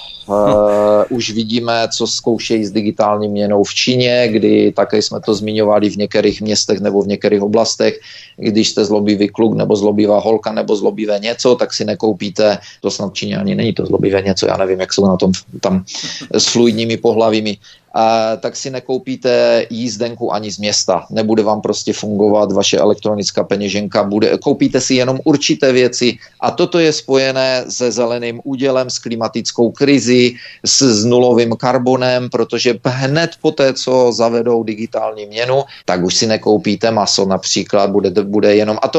Už vidíme, co zkoušejí s digitální měnou v Číně, kdy také jsme to zmiňovali v některých městech nebo v některých oblastech, když jste zlobivý kluk nebo zlobivá holka nebo zlobivé něco, tak si nekoupíte, to snad v Číně ani není to zlobivé něco, já nevím, jak jsou na tom tam s fluidními pohlavími, tak si nekoupíte jízdenku ani z města. Nebude vám prostě fungovat vaše elektronická peněženka, koupíte si jenom určité věci a toto je spojené se zeleným údělem, s klimatickou krizi, s nulovým karbonem, protože hned poté, co zavedou digitální měnu, tak už si nekoupíte maso například, bude jenom, a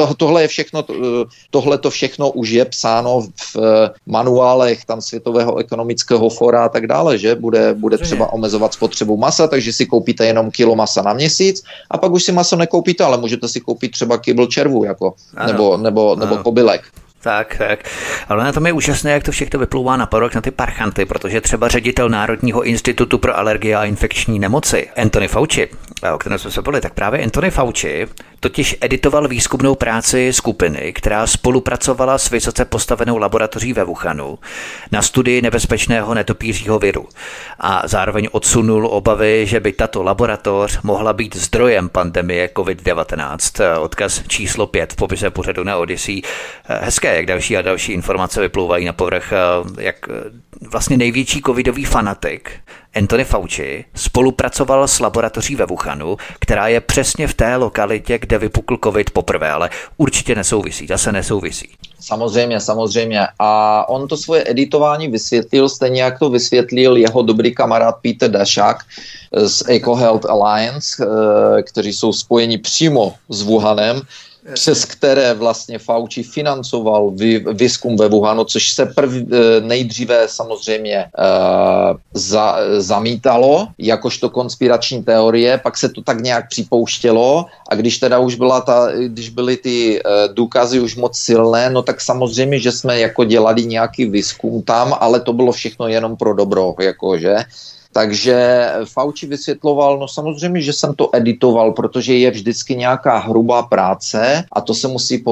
tohle to všechno už je psáno v manuálech tam Světového ekonomického fóra a tak dále, že bude třeba omezovat spotřebu masa, takže si koupíte jenom kilo masa na měsíc a pak už si maso nekoupíte, ale můžete si koupit třeba kybl červu jako, nebo kobylek. Tak. Ale na tom je úžasné, jak to všechno vyplouvá na povrch na ty parchanty, protože třeba ředitel Národního institutu pro alergie a infekční nemoci, Anthony Fauci, o kterém jsme se bavili, tak právě Anthony Fauci totiž editoval výzkumnou práci skupiny, která spolupracovala s vysoce postavenou laboratoří ve Wuhanu na studii nebezpečného netopířího viru. A zároveň odsunul obavy, že by tato laboratoř mohla být zdrojem pandemie COVID-19. Odkaz číslo 5 v popise pořadu na Odyssey. Hezké, jak další a další informace vyplouvají na povrch, jak vlastně největší covidový fanatik Anthony Fauci spolupracoval s laboratoří ve Wuhanu, která je přesně v té lokalitě, kde vypukl covid poprvé, ale určitě nesouvisí, zase nesouvisí. Samozřejmě. A on to svoje editování vysvětlil, stejně jak to vysvětlil jeho dobrý kamarád Peter Daszak z EcoHealth Alliance, kteří jsou spojeni přímo s Wuhanem, přes které vlastně Fauci financoval výzkum ve Wuhanu, což se nejdříve samozřejmě zamítalo, jakožto konspirační teorie, pak se to tak nějak připouštělo a když teda už když byly ty důkazy už moc silné, no tak samozřejmě, že jsme jako dělali nějaký výzkum tam, ale to bylo všechno jenom pro dobro, jakože. Takže Fauci vysvětloval, no samozřejmě, že jsem to editoval, protože je vždycky nějaká hrubá práce a to se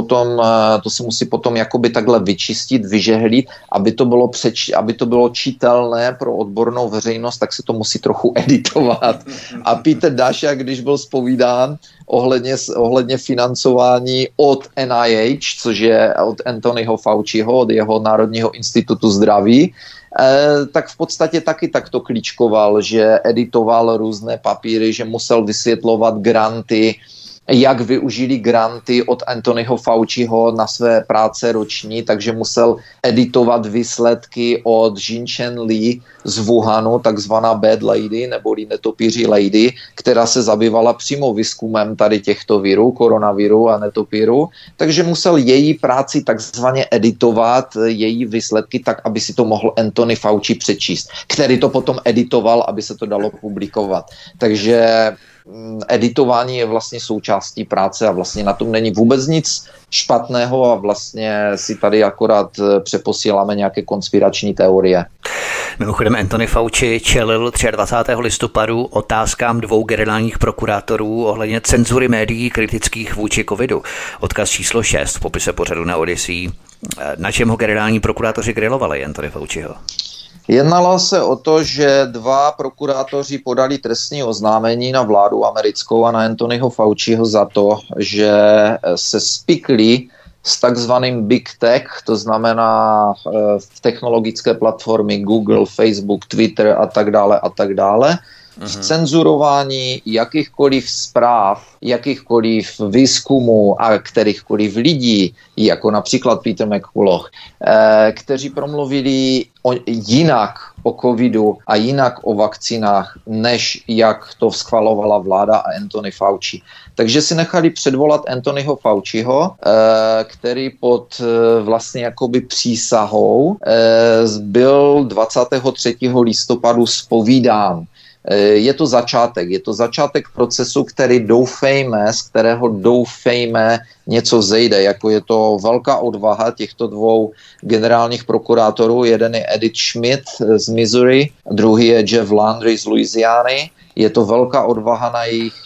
musí potom jakoby takhle vyčistit, vyžehlit, aby to bylo čitelné pro odbornou veřejnost, tak se to musí trochu editovat. A Peter Daszak, když byl zpovídán ohledně financování od NIH, což je od Anthonyho Fauciho, od jeho Národního institutu zdraví, tak v podstatě taky takto klíčkoval, že editoval různé papíry, že musel vysvětlovat granty, jak využili granty od Anthonyho Fauciho na své práce roční, takže musel editovat výsledky od Jin-Chen Li z Wuhanu, takzvaná Bad Lady, neboli netopíří lady, která se zabývala přímo výzkumem tady těchto virů, koronaviru a netopíru, takže musel její práci takzvaně editovat, její výsledky tak, aby si to mohl Anthony Fauci přečíst, který to potom editoval, aby se to dalo publikovat. Takže editování je vlastně součástí práce a vlastně na tom není vůbec nic špatného a vlastně si tady akorát přeposíláme nějaké konspirační teorie. Mimochodem Anthony Fauci čelil 23. listopadu otázkám 2 generálních prokurátorů ohledně cenzury médií kritických vůči covidu. Odkaz číslo 6 v popise pořadu na Odyssey. Na čem ho generální prokurátoři grilovali Anthony Fauciho? Jednalo se o to, že 2 prokurátoři podali trestní oznámení na vládu americkou a na Anthonyho Fauciho za to, že se spikli s takzvaným Big Tech, to znamená v technologické platformy Google, Facebook, Twitter a tak dále, v cenzurování jakýchkoliv zpráv, jakýchkoliv výzkumů a kterýchkoliv lidí, jako například Peter McCulloch, kteří promluvili jinak o covidu a jinak o vakcínách, než jak to schvalovala vláda a Anthony Fauci. Takže si nechali předvolat Anthonyho Fauciho, který pod vlastně jakoby přísahou byl 23. listopadu zpovídán. Je to začátek procesu, který z kterého doufejme něco vzejde, jako je to velká odvaha těchto dvou generálních prokurátorů. Jeden je Edith Schmidt z Missouri, druhý je Jeff Landry z Louisiany. Je to velká odvaha na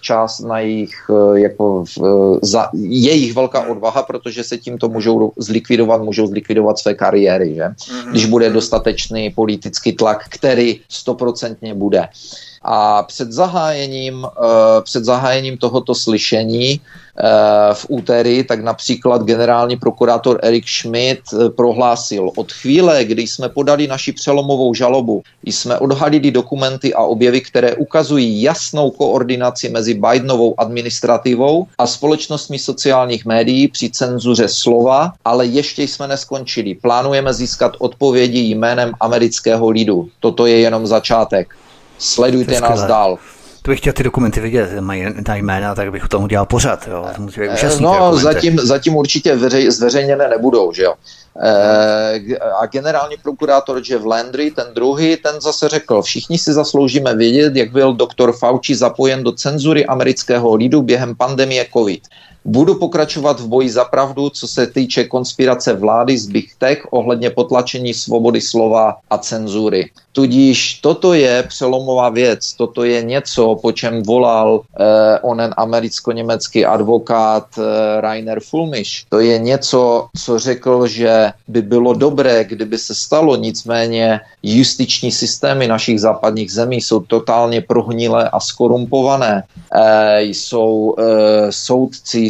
jejich velká odvaha, protože se tímto můžou zlikvidovat své kariéry, že? Když bude dostatečný politický tlak, který 100% bude. A před zahájením tohoto slyšení v úterý, tak například generální prokurátor Eric Schmidt prohlásil: od chvíle, kdy jsme podali naši přelomovou žalobu, jsme odhalili dokumenty a objevy, které ukazují jasnou koordinaci mezi Bidenovou administrativou a společnostmi sociálních médií při cenzuře slova, ale ještě jsme neskončili. Plánujeme získat odpovědi jménem amerického lidu. Toto je jenom začátek. Sledujte nás dál. To bych chtěl ty dokumenty vidět, mají ta jména, tak bych tomu dělal pořád. Jo. Zatím určitě zveřejněné nebudou, že jo. A generální prokurátor Jeff Landry, ten druhý, ten zase řekl: všichni si zasloužíme vědět, jak byl doktor Fauci zapojen do cenzury amerického lidu během pandemie COVID. Budu pokračovat v boji za pravdu, co se týče konspirace vlády z Big Tech ohledně potlačení svobody slova a cenzury. Tudíž toto je přelomová věc, toto je něco, po čem volal onen americko-německý advokát Rainer Fulmisch. To je něco, co řekl, že by bylo dobré, kdyby se stalo, nicméně justiční systémy našich západních zemí jsou totálně prohnilé a skorumpované. Soudci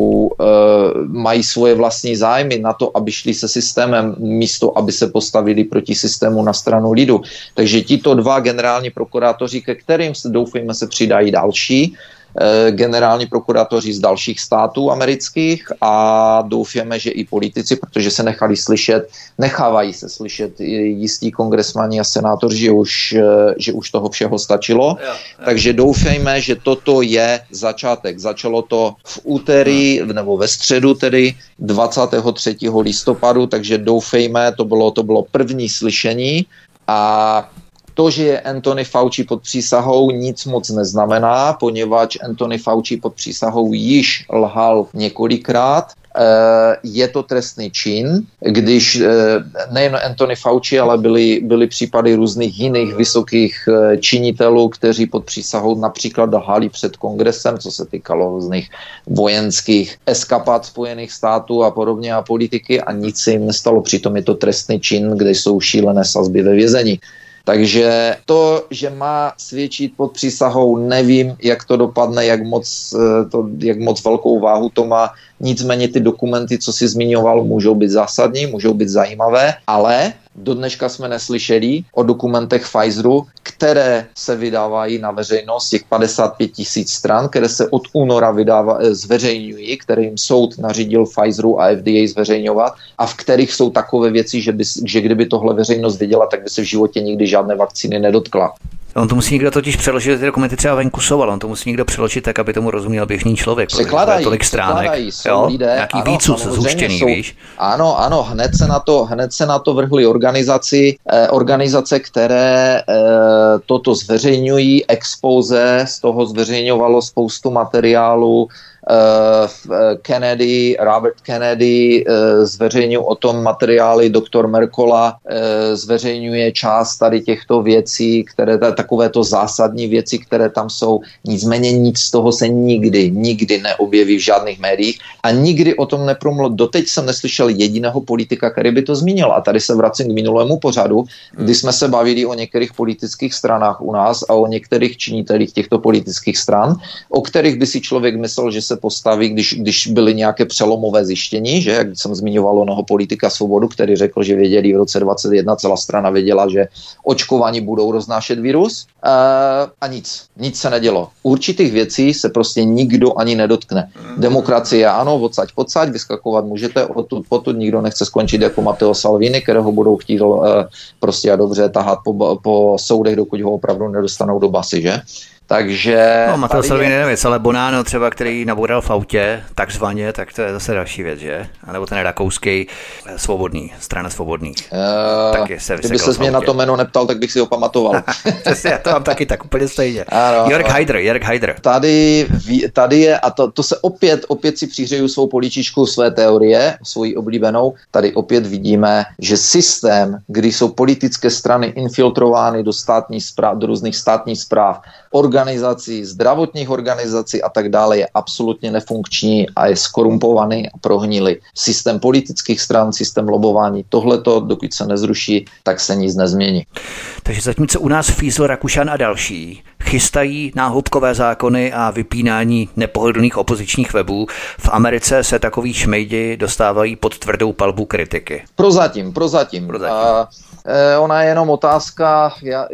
mají svoje vlastní zájmy na to, aby šli se systémem, místo aby se postavili proti systému na stranu lidu. Takže tito dva generální prokurátoři, ke kterým doufejme se přidají další generální prokurátoři z dalších států amerických, a doufáme, že i politici, protože se nechávají se slyšet jistí kongresmani a senátoři, že už toho všeho stačilo. Takže doufejme, že toto je začátek. Začalo to v úterý, nebo ve středu tedy 23. listopadu, takže doufejme, to bylo první slyšení. A to, že je Anthony Fauci pod přísahou, nic moc neznamená, poněvadž Anthony Fauci pod přísahou již lhal několikrát. Je to trestný čin, když nejen Anthony Fauci, ale byly případy různých jiných vysokých činitelů, kteří pod přísahou například lhali před kongresem, co se týkalo různých vojenských eskapát Spojených států a podobně a politiky, a nic se jim nestalo. Přitom je to trestný čin, kde jsou šílené sazby ve vězení. Takže to, že má svědčit pod přísahou, nevím, jak to dopadne, jak moc velkou váhu to má. Nicméně ty dokumenty, co si zmiňoval, můžou být zásadní, můžou být zajímavé, ale do dneška jsme neslyšeli o dokumentech Pfizeru, které se vydávají na veřejnost, těch 55 000 stran, které se od února zveřejňují, které jim soud nařídil Pfizeru a FDA zveřejňovat, a v kterých jsou takové věci, že kdyby tohle veřejnost viděla, tak by se v životě nikdy žádné vakcíny nedotkla. On to musí někdo totiž přeložit, ty dokumenty třeba venku jsou, ale on to musí někdo přeložit tak, aby tomu rozuměl běžný člověk. Překládají, tolik stránek, lidé, nějaký výcud zhuštěný, víš? Ano, hned se na to vrhly organizace, které toto zveřejňují, expose, z toho zveřejňovalo spoustu materiálu. Robert Kennedy zveřejňuje o tom materiály, doktor Mercola zveřejňuje část tady těchto věcí, které takovéto zásadní věci, které tam jsou. Nicméně nic z toho se nikdy neobjeví v žádných médiích a nikdy o tom nepromluvil. Doteď jsem neslyšel jediného politika, který by to zmínil. A tady se vracím k minulému pořadu, kdy jsme se bavili o některých politických stranách u nás a o některých činitelích těchto politických stran, o kterých by si člověk myslel, že se postaví, když byly nějaké přelomové zjištění, že, jak jsem zmiňoval onoho politika Svobodu, který řekl, že věděli v roce 2021, celá strana věděla, že očkovaní budou roznášet virus. Compromise a nic se nedělo. Určitých věcí se prostě nikdo ani nedotkne. Demokracie ano, odsaď pocať, vyskakovat můžete, odtud nikdo nechce skončit jako Matteo Salvini, kterého budou chtít prostě a dobře tahat po soudech, dokud ho opravdu nedostanou do basy, že? Takže... No, Matteo Salvini nevěc, ale Bonanno třeba, který naboural v autě, takzvaně, tak to je zase další věc, že? A nebo ten rakouský strana svobodných. Taky se kdyby se mě na to jméno neptal, tak bych si ho pamatoval. Já to mám taky tak úplně stejně. Jörg Haider. Tady je, a to se opět si přihřeju svou políčičku své teorie, svoji oblíbenou, tady opět vidíme, že systém, kdy jsou politické strany infiltrovány do různých státních správ, organizací, zdravotních organizací a tak dále je absolutně nefunkční a je skorumpovaný a prohnilý. Systém politických stran, systém lobování, tohleto, dokud se nezruší, tak se nic nezmění. Takže zatímco u nás Fiesl, Rakušan a další chystají náhubkové zákony a vypínání nepohodlných opozičních webů, v Americe se takový šmejdi dostávají pod tvrdou palbu kritiky. Prozatím. Ona je jenom otázka,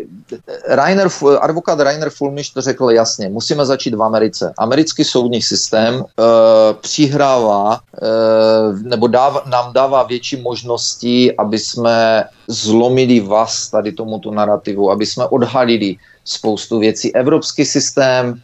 advokát Rainer Fulmiš to řekl jasně, musíme začít v Americe. Americký soudní systém přihrává nebo nám dává větší možnosti, aby jsme zlomili vaz tady tomuto narrativu, aby jsme odhalili spoustu věcí. Evropský systém,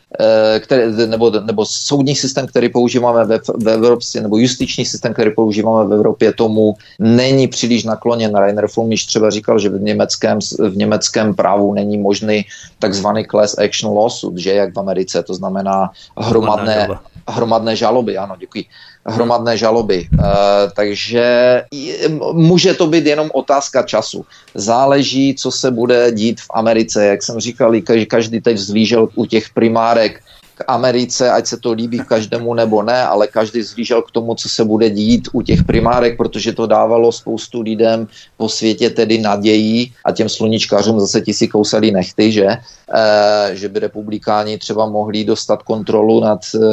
nebo soudní systém, který používáme v Evropě, nebo justiční systém, který používáme v Evropě, tomu není příliš nakloněn. Rainer Fulmiš třeba říkal, že v německém právu není možný takzvaný class action lawsuit, že jak v Americe, to znamená hromadné žaloby. Ano, děkuji. Hromadné žaloby. Takže může to být jenom otázka času. Záleží, co se bude dít v Americe. Jak jsem říkal, každý teď vzlížel u těch primárek k Americe, ať se to líbí každému nebo ne, ale každý vzlížel k tomu, co se bude dít u těch primárek, protože to dávalo spoustu lidem po světě tedy naději a těm sluníčkářům zase ti si kousali nechty, že by republikáni třeba mohli dostat kontrolu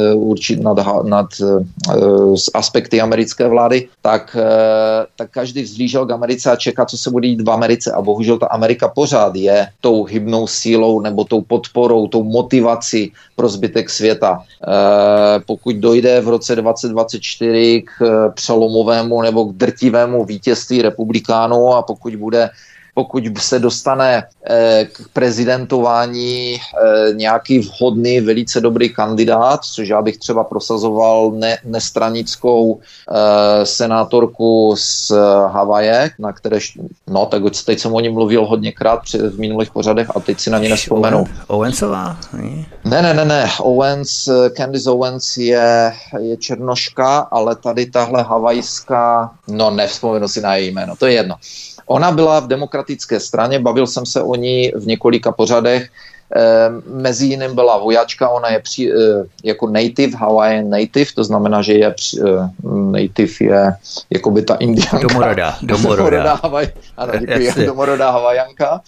nad aspekty americké vlády, tak každý vzlížel k Americe a čeká, co se bude dít v Americe. A bohužel ta Amerika pořád je tou hybnou sílou nebo tou podporou, tou motivací pro zbytek světa. Pokud dojde v roce 2024 k přelomovému nebo k drtivému vítězství republikánů a pokud se dostane k prezidentování nějaký vhodný, velice dobrý kandidát, což já bych třeba prosazoval nestranickou senátorku z Havaje, na které, tak teď jsem o ní mluvil hodněkrát v minulých pořadech a teď si na ně nespomenu. Owensová? Ne. Candice Owens je černoška, ale tady tahle havajská, nevzpomenu si na její jméno, to je jedno. Ona byla v demokratické straně, bavil jsem se o ní v několika pořadech, mezi jiným byla vojačka, ona je jako native, Hawaiian native, to znamená, že je native je jako by ta indianka. Domorodá ano, děkuji, domorodá Havajanka.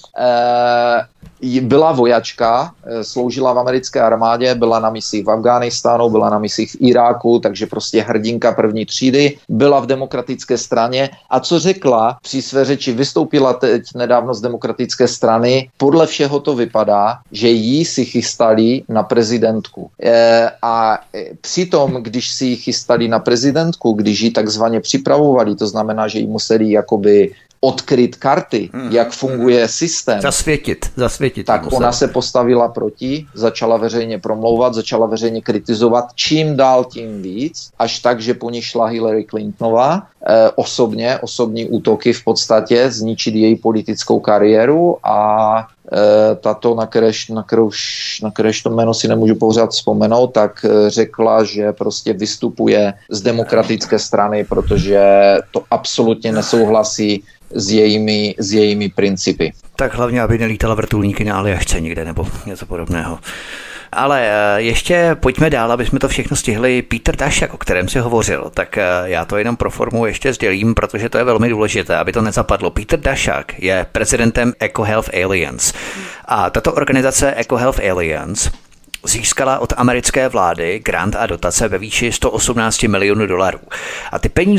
Byla vojačka, sloužila v americké armádě, byla na misích v Afghánistánu, byla na misích v Iráku, takže prostě hrdinka první třídy, byla v demokratické straně a co řekla při své řeči, vystoupila teď nedávno z demokratické strany, podle všeho to vypadá, že jí si chystali na prezidentku. A přitom, když si ji chystali na prezidentku, když ji takzvaně připravovali, to znamená, že jí museli jakoby odkryt karty, jak funguje systém. Zasvětit. Tak ona se postavila proti, začala veřejně promlouvat, začala veřejně kritizovat, čím dál tím víc, až tak, že po ní šla Hillary Clintonová, osobní útoky v podstatě, zničit její politickou kariéru a tato, na kteréž to jméno si nemůžu pořád vzpomenout, tak řekla, že prostě vystupuje z demokratické strany, protože to absolutně nesouhlasí s jejími principy. Tak hlavně, aby nelítala vrtulníky na Aljašce nikde nebo něco podobného. Ale ještě pojďme dál, aby jsme to všechno stihli. Peter Daszak, o kterém si hovořil, tak já to jenom pro formu ještě sdělím, protože to je velmi důležité, aby to nezapadlo. Peter Daszak je prezidentem EcoHealth Alliance a tato organizace EcoHealth Alliance získala od americké vlády grant a dotace ve výši $118 milionů. A ty peníze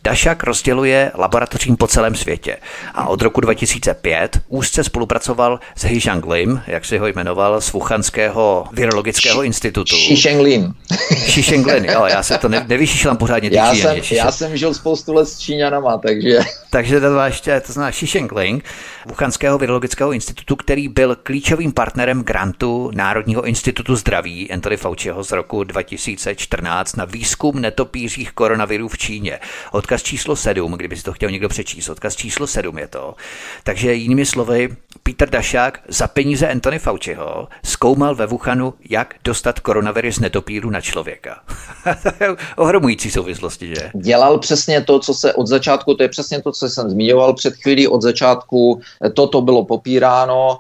Daszak rozděluje laboratořím po celém světě a od roku 2005 úzce spolupracoval s He Jianklim, jak si ho jmenoval, z Wuhanského virologického institutu. Xi Jianklim, jo, já se to nevyšišlám pořádně. Já jsem žil spoustu let s Číňanama, takže... Takže to znamená Xi Jianklim, Wuhanského virologického institutu, který byl klíčovým partnerem grantu Národního institutu zdraví Anthony Fauciho z roku 2014 na výzkum netopířích koronavirů v Číně. Odkaz číslo 7, kdyby si to chtěl někdo přečíst, odkaz číslo 7 je to. Takže jinými slovy, Peter Daszak za peníze Anthony Fauciho zkoumal ve Wuhanu, jak dostat koronavirus z netopíru na člověka. To je ohromující souvislosti, že? Dělal přesně to, co se od začátku, to je přesně to, co jsem zmiňoval před chvílí, od začátku toto bylo popíráno,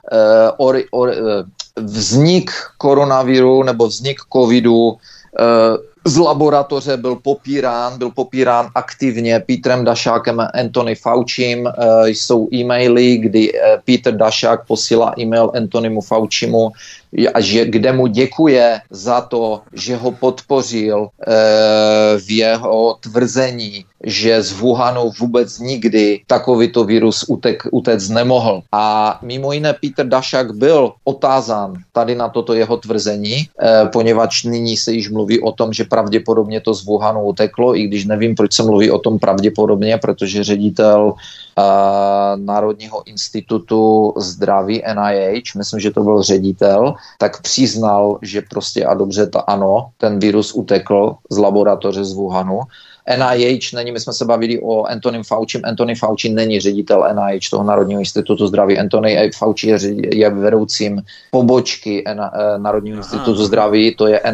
vznik koronaviru nebo vznik covidu z laboratoře byl popírán aktivně Petrem Daszakem, Anthony Faucim. Jsou e-maily, kdy Peter Daszak posílá e-mail Anthonymu Faucimu, kde mu děkuje za to, že ho podpořil v jeho tvrzení, že z Wuhanu vůbec nikdy takovýto virus utéct nemohl. A mimo jiné Peter Daszak byl otázán tady na toto jeho tvrzení, poněvadž nyní se již mluví o tom, že pravděpodobně to z Wuhanu uteklo, i když nevím, proč se mluví o tom pravděpodobně, protože ředitel Národního institutu zdraví NIH, myslím, že to byl ředitel, tak přiznal, že prostě a dobře, ten virus utekl z laboratoře z Wuhanu. NIH není, my jsme se bavili o Anthony Fauci. Anthony Fauci není ředitel NIH, toho Národního institutu zdraví. Anthony Fauci je vedoucím pobočky Národního institutu zdraví, to je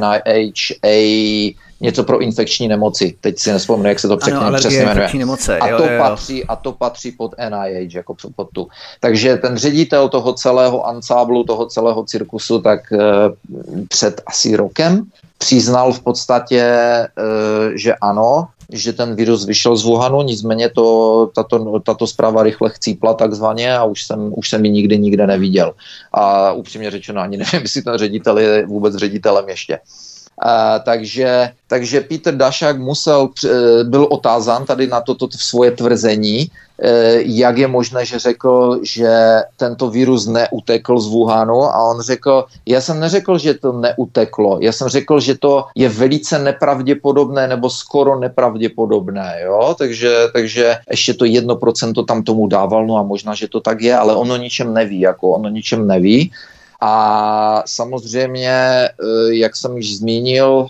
NIH něco pro infekční nemoci. Teď si nespomenu, jak se to přesně jmenuje. Nemoce, a to patří pod NIH, jako pod tu. Takže ten ředitel toho celého ansáblu, toho celého cirkusu, tak před asi rokem přiznal v podstatě, že ano, že ten virus vyšel z Wuhanu, nicméně tato zpráva rychle chcípla takzvaně a už jsem ji nikde neviděl. A upřímně řečeno ani nevím, jestli ten ředitel je vůbec ředitelem ještě. Takže Peter Daszak byl otázán tady na toto svoje tvrzení, jak je možné, že řekl, že tento virus neutekl z Wuhanu, a on řekl, já jsem neřekl, že to neuteklo, já jsem řekl, že to je velice nepravděpodobné nebo skoro nepravděpodobné, jo? Takže ještě to 1% tam tomu dával, no a možná, že to tak je, ale ono ničem neví. A samozřejmě, jak jsem již zmínil,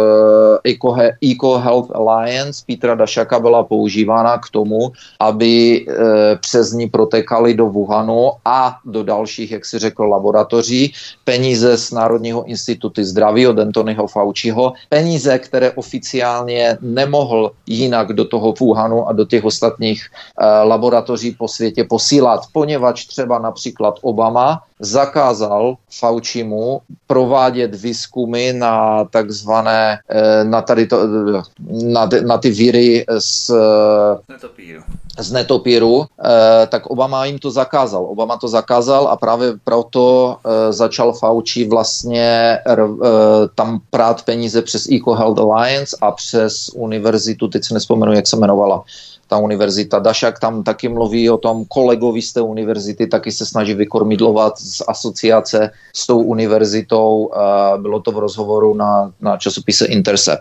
EcoHealth Alliance Petra Daszaka byla používána k tomu, aby přes ní protekaly do Wuhanu a do dalších, jak si řekl, laboratoří peníze z Národního institutu zdraví od Anthonyho Fauciho, peníze, které oficiálně nemohl jinak do toho Wuhanu a do těch ostatních laboratoří po světě posílat, poněvadž třeba například Obama zakázal Faucimu provádět výzkumy na takzvané, na ty viry z netopíru, tak Obama jim to zakázal. Obama to zakázal a právě proto začal Fauci vlastně tam prát peníze přes EcoHealth Alliance a přes univerzitu, teď si nespomenu, jak se jmenovala ta univerzita. Daszak tam taky mluví o tom, kolegovi z té univerzity taky se snaží vykormidlovat z asociace s tou univerzitou. Bylo to v rozhovoru na časopise Intercept.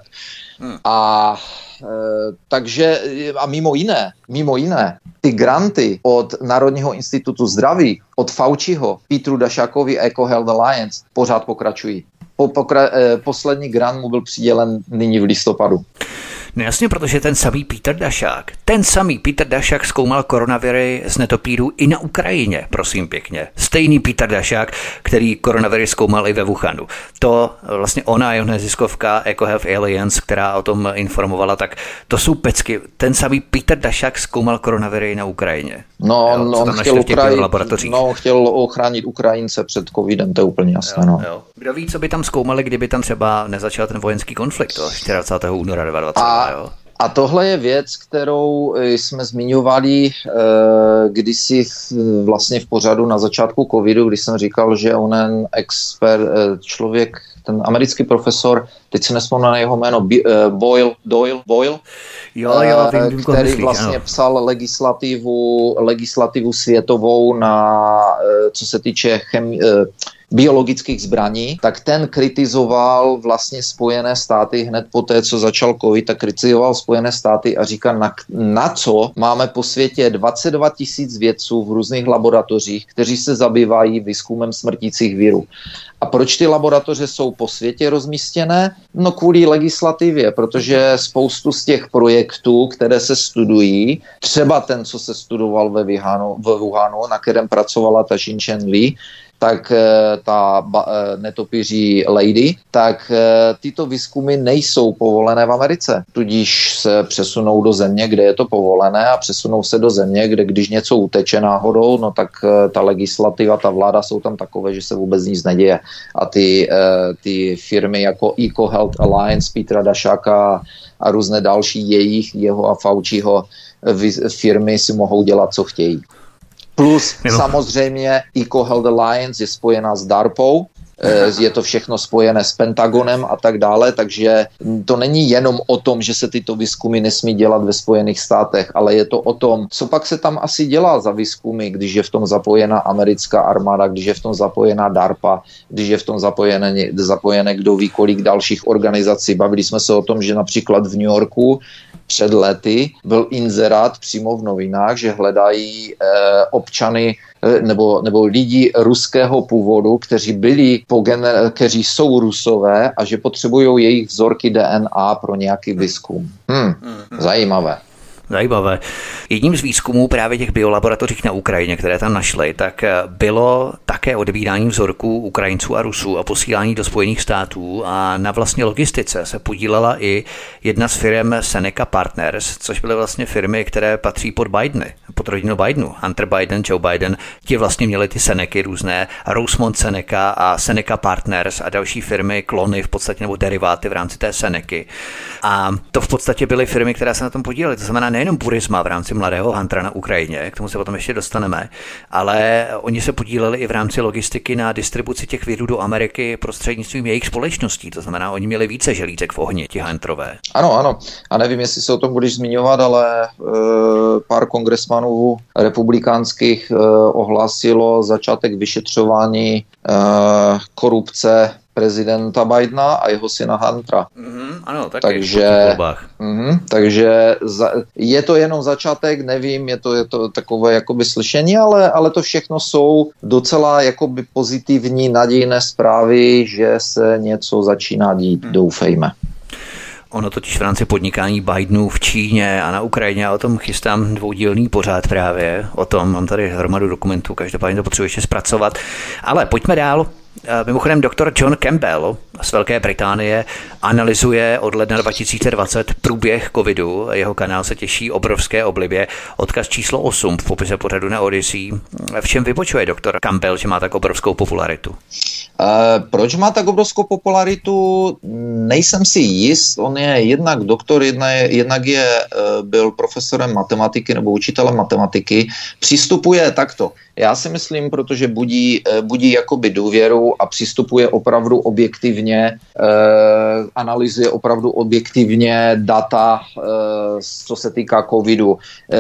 Takže a mimo jiné, ty granty od Národního institutu zdraví, od Fauciho, Petru Daszakovi a EcoHealth Alliance pořád pokračují. Poslední grant mu byl přidělen nyní v listopadu. No jasně, protože ten samý Peter Daszak zkoumal koronaviry z netopíru i na Ukrajině, prosím pěkně. Stejný Peter Daszak, který koronaviry zkoumal i ve Wuhanu. To vlastně ona a jeho neziskovka EcoHealth Alliance, která o tom informovala, tak to jsou pecky. Ten samý Peter Daszak zkoumal koronaviry na Ukrajině. On chtěl ochránit Ukrajince před covidem, to je úplně jasné. Jo. Kdo ví, co by tam zkoumali, kdyby tam třeba nezačal ten vojenský konflikt 24. února 2020. A tohle je věc, kterou jsme zmiňovali kdysi vlastně v pořadu na začátku covidu, když jsem říkal, že onen expert, člověk, ten americký profesor teď si nespomínám na jeho jméno, Doyle, který vlastně psal legislativu světovou na, co se týče biologických zbraní, tak ten kritizoval vlastně Spojené státy hned po té, co začal covid, tak kritizoval Spojené státy a říká, na co máme po světě 22 000 vědců v různých laboratořích, kteří se zabývají výzkumem smrtících virů. A proč ty laboratoře jsou po světě rozmístěné? No kvůli legislativě, protože spoustu z těch projektů, které se studují, třeba ten, co se studoval ve Wuhanu, na kterém pracovala ta Xin Li, tak ta netopíří lady, tak tyto výzkumy nejsou povolené v Americe. Tudíž se přesunou do země, kde je to povolené a přesunou se do země, kde když něco uteče náhodou, no tak ta legislativa, ta vláda jsou tam takové, že se vůbec nic neděje. A ty firmy jako EcoHealth Alliance, Petra Dašaka a různé další jeho a Fauciho firmy si mohou dělat, co chtějí. Plus samozřejmě EcoHealth Alliance je spojená s DARPou, je to všechno spojené s Pentagonem a tak dále, takže to není jenom o tom, že se tyto výzkumy nesmí dělat ve Spojených státech, ale je to o tom, co pak se tam asi dělá za výzkumy, když je v tom zapojená americká armáda, když je v tom zapojená DARPA, když je v tom zapojené kdo ví kolik dalších organizací. Bavili jsme se o tom, že například v New Yorku před lety byl inzerát přímo v novinách, že hledají občany nebo lidi ruského původu, kteří jsou Rusové a že potřebují jejich vzorky DNA pro nějaký výzkum. Zajímavé. Zajímavé. Jedním z výzkumů právě těch biolaboratořích na Ukrajině, které tam našli, tak bylo také odebírání vzorků Ukrajinců a Rusů a posílání do Spojených států a na vlastně logistice se podílela i jedna z firm Seneca Partners, což byly vlastně firmy, které patří pod rodinu Bidenu. Hunter Biden, Joe Biden, ti vlastně měli ty Senecy různé, Rosemont Seneca a Seneca Partners a další firmy, klony v podstatě nebo deriváty v rámci té Senecy. A to v podstatě byly firmy, které se na tom podílely. To znamená nejenom Burisma v rámci mladého Huntera na Ukrajině, k tomu se potom ještě dostaneme, ale oni se podíleli i v rámci logistiky na distribuci těch virů do Ameriky prostřednictvím jejich společností. To znamená, oni měli více želízek v ohni, ti Hunterové. Ano. A nevím, jestli se o tom budeš zmiňovat, ale pár kongresmanů republikánských ohlásilo začátek vyšetřování korupce prezidenta Bidena a jeho syna Huntera. Ano, takže je to jenom začátek, nevím, je to takové jakoby slyšení, ale to všechno jsou docela jakoby pozitivní, nadějné zprávy, že se něco začíná dít, doufejme. Ono totiž v rámci podnikání Bidenů v Číně a na Ukrajině, a o tom chystám dvoudílný pořád právě, o tom mám tady hromadu dokumentů, každopádně to potřebuji ještě zpracovat, ale pojďme dál. Mimochodem doktor John Campbell z Velké Británie analyzuje od ledna 2020 průběh covidu. Jeho kanál se těší obrovské oblibě. Odkaz číslo 8 v popise pořadu na Odyssey. V čem vybočuje doktor Campbell, že má tak obrovskou popularitu? Proč má tak obrovskou popularitu? Nejsem si jist. On je jednak doktor, jednak byl profesorem matematiky nebo učitelem matematiky. Přistupuje takto. Já si myslím, protože budí jakoby důvěru a přistupuje opravdu objektivně, analyzuje opravdu objektivně data, co se týká covidu.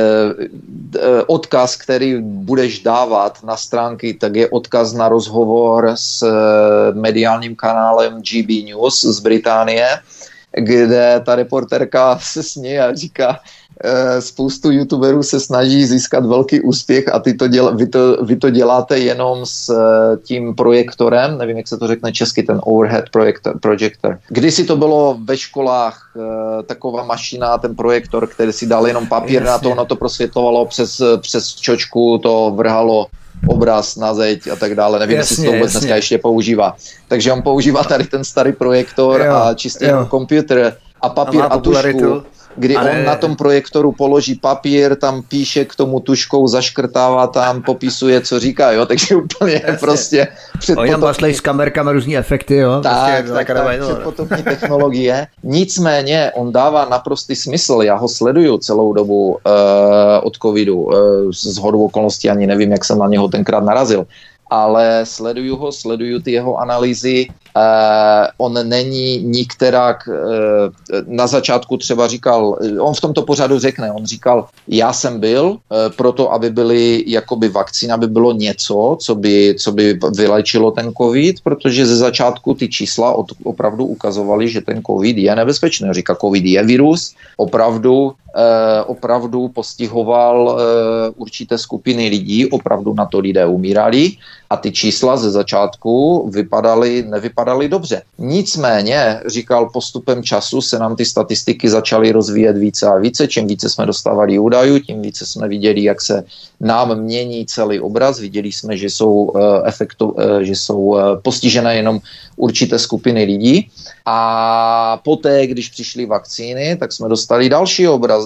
Odkaz, který budeš dávat na stránky, tak je odkaz na rozhovor s mediálním kanálem GB News z Británie, kde ta reporterka se směje a říká, spoustu youtuberů se snaží získat velký úspěch a vy to děláte jenom s tím projektorem, nevím, jak se to řekne česky, ten overhead projector. Kdysi to bylo ve školách taková mašina, ten projektor, který si dal jenom papír na to, ono to prosvětlovalo přes čočku, to vrhalo obraz na zeď a tak dále. Nevím, jestli se to vůbec dneska ještě používá. Takže on používá tady ten starý projektor a čistý počítač a papír a tušku, kdy on na tom projektoru položí papír, tam píše k tomu tuškou, zaškrtává tam, popisuje, co říká, jo, takže úplně prostě Oni tam maslej s kamerkami různý efekty, jo. Tak, předpotopní technologie. Nicméně on dává naprostý smysl, já ho sleduju celou dobu od covidu, z shodou okolností ani nevím, jak jsem na něho tenkrát narazil, ale sleduju ty jeho analýzy On není nikterak, na začátku třeba říkal, on v tomto pořadu řekne, on říkal, já jsem byl proto, aby byly jakoby vakcína, aby bylo něco, co by vylečilo ten covid, protože ze začátku ty čísla opravdu ukazovaly, že ten covid je nebezpečný. Říká, covid je virus, opravdu postihoval určité skupiny lidí, opravdu na to lidé umírali a ty čísla ze začátku nevypadaly dobře. Nicméně, říkal, postupem času se nám ty statistiky začaly rozvíjet více a více. Čím více jsme dostávali údajů, tím více jsme viděli, jak se nám mění celý obraz. Viděli jsme, že jsou postižené jenom určité skupiny lidí. A poté, když přišly vakcíny, tak jsme dostali další obraz,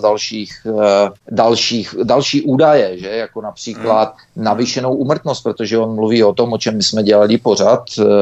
další údaje, že? Jako například navýšenou úmrtnost, protože on mluví o tom, o čem my jsme dělali pořád,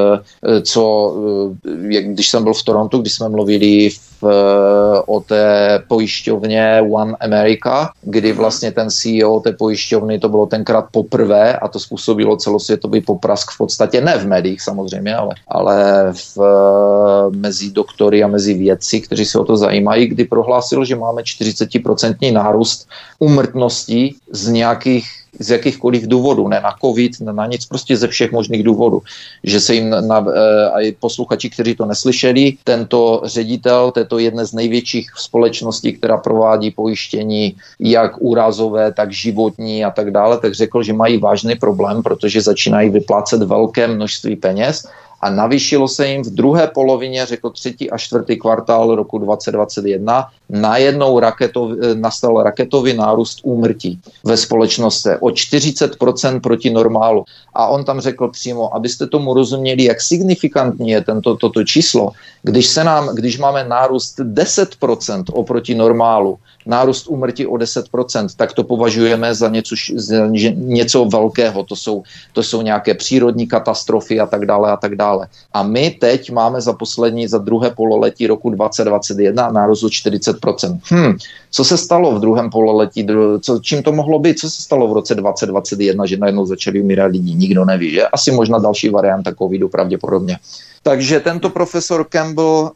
když jsem byl v Torontu, když jsme mluvili o té pojišťovně One America, kdy vlastně ten CEO té pojišťovny, to bylo tenkrát poprvé a to způsobilo celosvětový poprask v podstatě, ne v médiích samozřejmě, ale mezi doktory a mezi vědci, kteří se o to zajímají, kdy prohlásil, že máme 40% nárůst úmrtností z jakýchkoliv důvodů, ne na covid, ne na nic, prostě ze všech možných důvodů. Že se jim, a i posluchači, kteří to neslyšeli, tento ředitel této jedné z největších společností, která provádí pojištění jak úrazové, tak životní a tak dále, tak řekl, že mají vážný problém, protože začínají vyplácet velké množství peněz a navýšilo se jim v druhé polovině, řekl 3. a 4. kvartál roku 2021, najednou nastal raketový nárůst úmrtí ve společnosti o 40% proti normálu. A on tam řekl přímo, abyste tomu rozuměli, jak signifikantní je toto číslo, když máme nárůst 10% oproti normálu, nárůst úmrtí o 10%, tak to považujeme za něco velkého. To jsou nějaké přírodní katastrofy a tak dále a tak dále. A my teď máme za druhé pololetí roku 2021 nárůst o 40%. Co se stalo v druhém pololetí? Čím to mohlo být? Co se stalo v roce 2021, že najednou začali umírat lidi? Nikdo neví, že? Asi možná další varianta covidu pravděpodobně. Takže tento profesor Campbell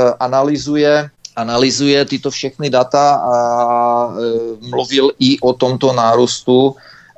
analyzuje tyto všechny data a mluvil i o tomto nárůstu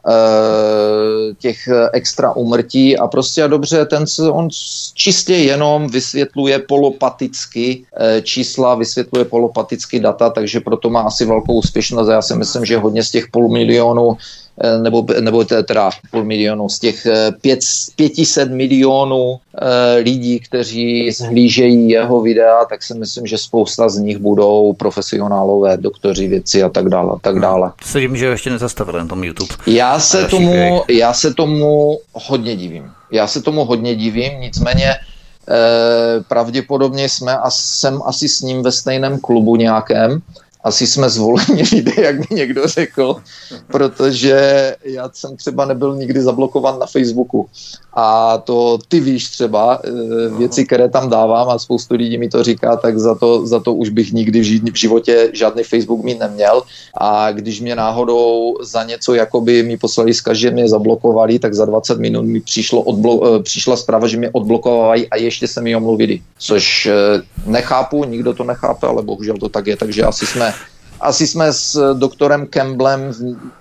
těch extra úmrtí a prostě a dobře, on čistě jenom vysvětluje polopaticky čísla, vysvětluje polopaticky data, takže proto má asi velkou úspěšnost. Já si myslím, že hodně z těch 500 000 nebo teda 500 000 z těch 500 milionů lidí, kteří zhlížejí jeho videa, tak si myslím, že spousta z nich budou profesionálové, doktoři, vědci a tak dále. Se divím, že ještě nezastavil na tom YouTube. Já se tomu hodně divím, nicméně pravděpodobně jsem asi s ním ve stejném klubu nějakém. Asi jsme zvoleni lidé, jak mi někdo řekl, protože já jsem třeba nebyl nikdy zablokovan na Facebooku. A to ty víš třeba, věci, které tam dávám a spoustu lidí mi to říká, tak za to už bych nikdy v životě žádný Facebook mít neměl. A když mě náhodou za něco jakoby mi poslali vzkaz, že mě zablokovali, tak za 20 minut mi přišla zpráva, že mě odblokovají a ještě se mi omluvili. Což nechápu, nikdo to nechápe, ale bohužel to tak je, takže asi jsme s doktorem Campbellem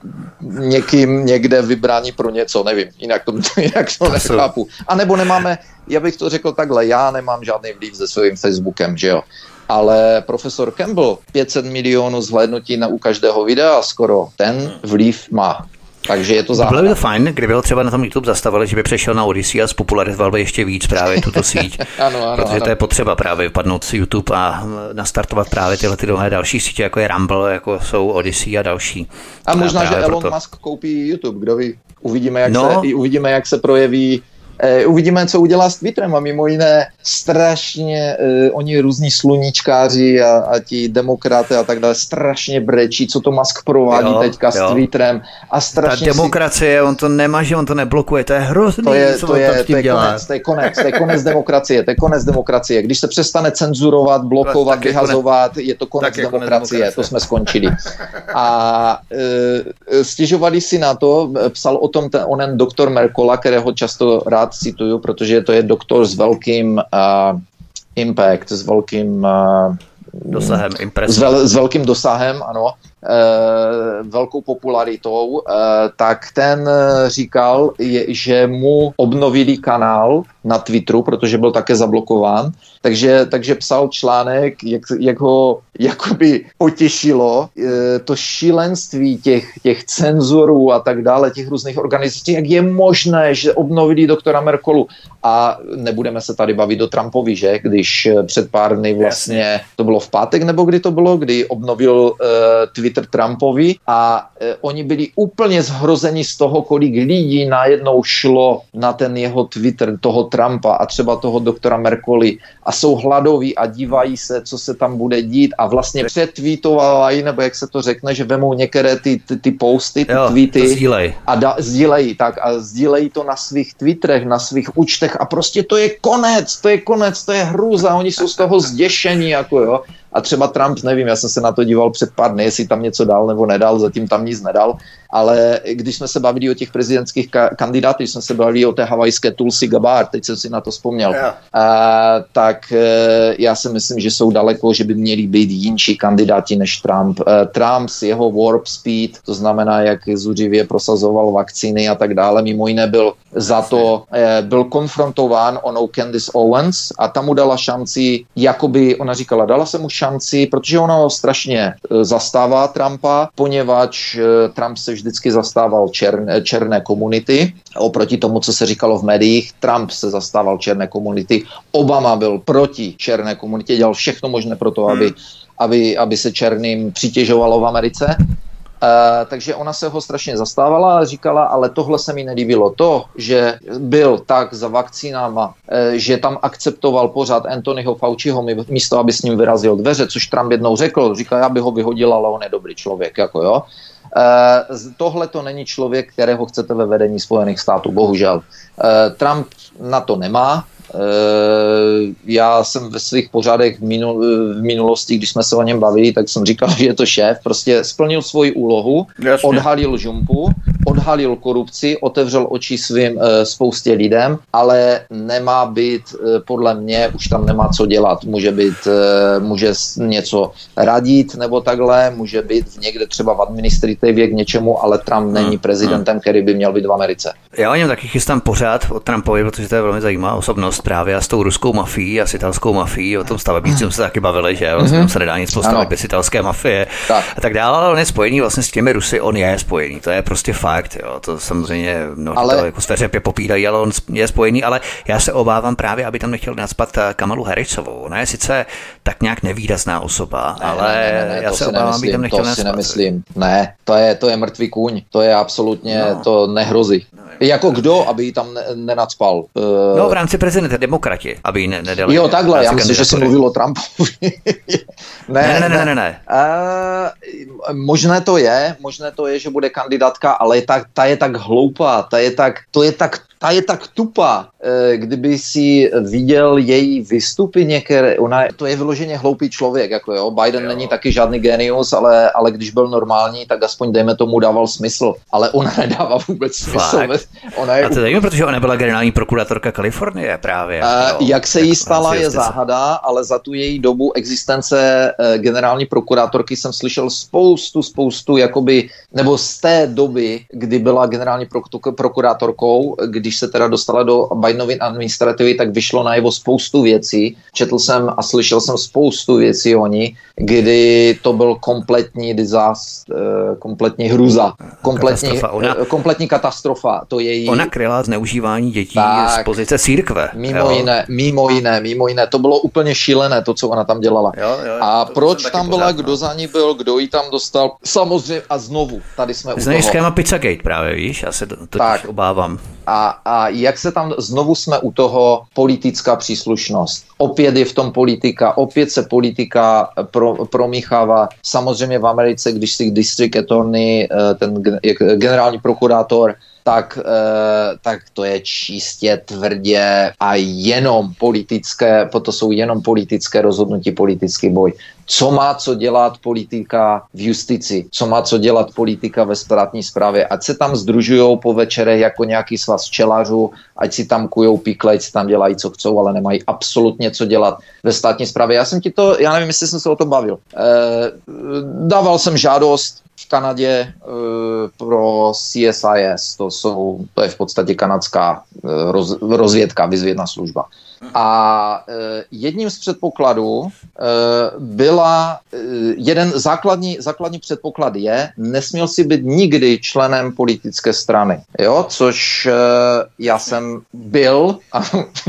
někým někde vybráni pro něco, nevím, jinak to nechápu. A nebo nemáme, já bych to řekl takhle, já nemám žádný vliv se svým Facebookem, že jo. Ale profesor Campbell 500 milionů zhlédnutí u každého videa skoro, ten vliv má. Takže je to záhada. Bylo by to fajn, kdyby ho třeba na tom YouTube zastavili, že by přešel na Odyssey a spopularizoval by ještě víc právě tuto síť. ano, protože to je potřeba právě vypadnout z YouTube a nastartovat právě tyhle ty další sítě, jako je Rumble, jako jsou Odyssey a další. A možná, že Elon Musk koupí YouTube, kdo ví. Uvidíme, jak se projeví. Uvidíme, co udělá s Twitterem a mimo jiné strašně oni ruzní sluníčkáři a ti demokraté a tak dále strašně brečí, co to Musk provádí teďka s Twitterem a strašně ta demokracie, on to nemaže, on to neblokuje, to je hrozný, to je konec demokracie, když se přestane cenzurovat, blokovat, vyhazovat, je to konec demokracie, to jsme skončili. A stěžovali si na to, psal o tom onen doktor Mercola, kterého často rád rád cituju, protože to je doktor s velkým impact, s velkým dosahem, s velkým dosahem, ano, velkou popularitou, tak ten říkal, že mu obnovili kanál na Twitteru, protože byl také zablokován, takže psal článek, jak ho jakoby potěšilo to šílenství těch cenzorů a tak dále, těch různých organizací, jak je možné, že obnovili doktora Merkelu. A nebudeme se tady bavit o Trumpovi, že? Když před pár dny vlastně, to bylo v pátek, nebo kdy to bylo, kdy obnovil Twitter Trumpovi a oni byli úplně zhrozeni z toho, kolik lidí najednou šlo na ten jeho Twitter, toho Trumpa a třeba toho doktora Merkeli a jsou hladoví a dívají se, co se tam bude dít a vlastně přetweetovají, nebo jak se to řekne, že vemou některé ty posty, ty tweety a sdílejí to na svých Twitterech, na svých účtech a prostě to je konec, to je hrůza, oni jsou z toho zděšení, jako jo. A třeba Trump, nevím, já jsem se na to díval před pár dny, jestli tam něco dal nebo nedal, zatím tam nic nedal, ale když jsme se bavili o těch prezidentských kandidátech, když jsme se bavili o té havajské Tulsi Gabbard, teď jsem si na to vzpomněl, tak já si myslím, že jsou daleko, že by měli být jinší kandidáti než Trump. Trump s jeho warp speed, to znamená, jak zuřivě prosazoval vakcíny a tak dále, mimo jiné byl byl konfrontován onou Candace Owens a ta mu dala šanci, jakoby ona říkala, dala se mu šanci, protože ona ho strašně zastává Trumpa, poněvadž Trump se vždycky zastával černé komunity. Oproti tomu, co se říkalo v médiích, Trump se zastával černé komunity. Obama byl proti černé komunitě, dělal všechno možné pro to, aby se černým přitěžovalo v Americe. Takže ona se ho strašně zastávala a říkala, ale tohle se mi nelíbilo. To, že byl tak za vakcínama, že tam akceptoval pořád Anthonyho Fauciho místo, aby s ním vyrazil dveře, což Trump jednou řekl, říkal, já bych ho vyhodil, ale on je dobrý člověk, jako jo. Tohle to není člověk, kterého chcete ve vedení Spojených států, bohužel. Trump na to nemá. Já jsem ve svých pořadech v minulosti, když jsme se o něm bavili, tak jsem říkal, že je to šéf, prostě splnil svoji úlohu, jasně. Odhalil žumpu, odhalil korupci, otevřel oči svým spoustě lidem, ale nemá být, podle mě, už tam nemá co dělat. Může něco radit nebo takhle, může být někde třeba v administrativě k něčemu, ale Trump není prezidentem, který by měl být v Americe. Já o něm taky chystám pořád o Trumpovi, protože to je velmi zajímavá osobnost právě a s tou ruskou mafií a s italskou mafií, o tom stavebnictví se taky bavili, že vlastně tam se nedá nic postavit bez italské mafie a tak dále, ale on je spojený vlastně s těmi Rusy, on je spojený, to je prostě fakt, jo, to samozřejmě to jako sveřepě popírají, ale on je spojený, ale já se obávám právě, aby tam nechtěl nacpat Kamalu Harrisovou, ona je sice tak nějak nevýrazná osoba, ale já se obávám, aby tam nechtěl nacpat. To si nemyslím, ne, to je mrtvý kůň, to je absolutně, to nehrozí. Jako kdo, aby ji tam nenacpal? No v rámci prezidenta demokrati, aby ji nedali. Jo, takhle, já myslím, že jsi mluvil o Trumpovi. Ne. Možné to je, že bude kandidátka, ale ta je tak hloupá, ta je tak tupá. Kdyby si viděl její výstupy některé, to je vyloženě hloupý člověk, jako jo. Biden není taky žádný genius, ale když byl normální, tak aspoň dejme tomu dával smysl. Ale ona nedává vůbec smysl. A to zajímavé, protože ona byla generální prokurátorka Kalifornie právě. Jak se jí stala, je záhada, ale za tu její dobu existence generální prokurátorky jsem slyšel spoustu jakoby, nebo z té doby, kdy byla generální prokurátorkou, když se teda dostala do Bidenovy administrativy, tak vyšlo najevo spoustu věcí. Četl jsem a slyšel jsem spoustu věcí o ní, kdy to byl kompletní disaster, kompletní hruza, kompletní katastrofa. Ona kryla zneužívání dětí z pozice církve. Mimo jiné. To bylo úplně šílené, to, co ona tam dělala. Jo, a proč tam byla, kdo za ní byl, kdo ji tam dostal? Samozřejmě a znovu, tady jsme u toho. Schéma Pizzagate právě, víš? Já se to obávám. A jak se tam, znovu jsme u toho politická příslušnost. Opět je v tom politika, opět se politika promíchává. Samozřejmě v Americe, když si district attorney, ten generální prokurátor, tak to je čistě tvrdě a jenom politické, to jsou jenom politické rozhodnutí, politický boj. Co má co dělat politika v justici, co má co dělat politika ve státní správě, ať se tam sdružujou po večerech jako nějaký svaz včelařů, ať si tam kujou pikle, ať si tam dělají, co chcou, ale nemají absolutně co dělat ve státní správě. Já nevím, jestli jsem se o tom bavil. Dával jsem žádost v Kanadě pro CSIS, to je v podstatě kanadská rozvědka, vyzvědná služba. A jedním z předpokladů byla, jeden základní předpoklad je, nesměl si být nikdy členem politické strany, jo, což já jsem byl a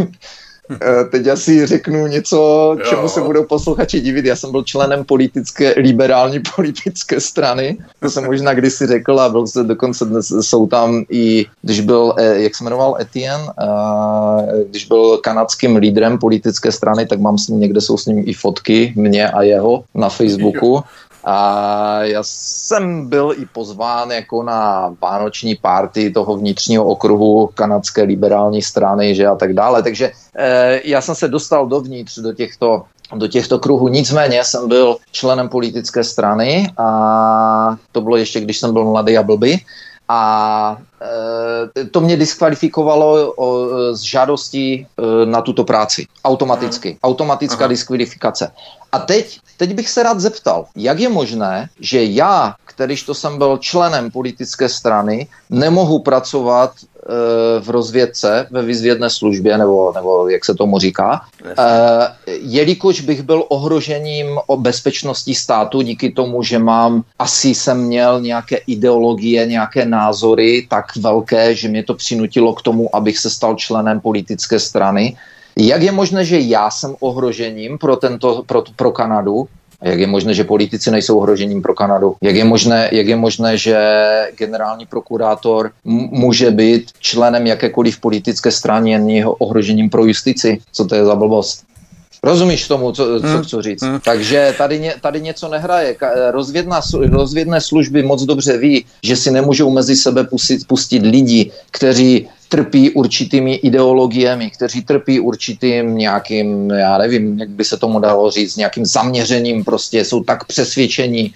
teď asi řeknu něco, čemu se budou posluchači divit. Já jsem byl členem liberální politické strany. To jsem možná kdysi řekl a byl se dokonce dnes jsou tam i, když byl, jak se jmenoval Etienne, když byl kanadským lídrem politické strany, tak mám s ním, někde jsou s ním i fotky mě a jeho na Facebooku. A já jsem byl i pozván jako na vánoční party toho vnitřního okruhu kanadské liberální strany, že a tak dále. Takže já jsem se dostal dovnitř do těchto kruhů. Nicméně jsem byl členem politické strany a to bylo ještě, když jsem byl mladý a blbý. A to mě diskvalifikovalo z žádostí na tuto práci. Automaticky. Automatická diskvalifikace. A teď bych se rád zeptal, jak je možné, že já, kterýž to jsem byl členem politické strany, nemohu pracovat v rozvědce, ve vyzvědné službě, nebo jak se tomu říká, jelikož bych byl ohrožením o bezpečnosti státu díky tomu, že jsem měl nějaké ideologie, nějaké názory tak velké, že mě to přinutilo k tomu, abych se stal členem politické strany. Jak je možné, že já jsem ohrožením pro Kanadu? A jak je možné, že politici nejsou ohrožením pro Kanadu? Jak je možné, že generální prokurátor může být členem jakékoliv politické strany, jen jeho ohrožením pro justici? Co to je za blbost? Rozumíš tomu, co chci říct? Takže tady něco nehraje. Rozvědné služby moc dobře ví, že si nemůžou mezi sebe pustit lidi, kteří trpí určitými ideologiemi, kteří trpí určitým nějakým, já nevím, jak by se tomu dalo říct, nějakým zaměřením, prostě jsou tak přesvědčení.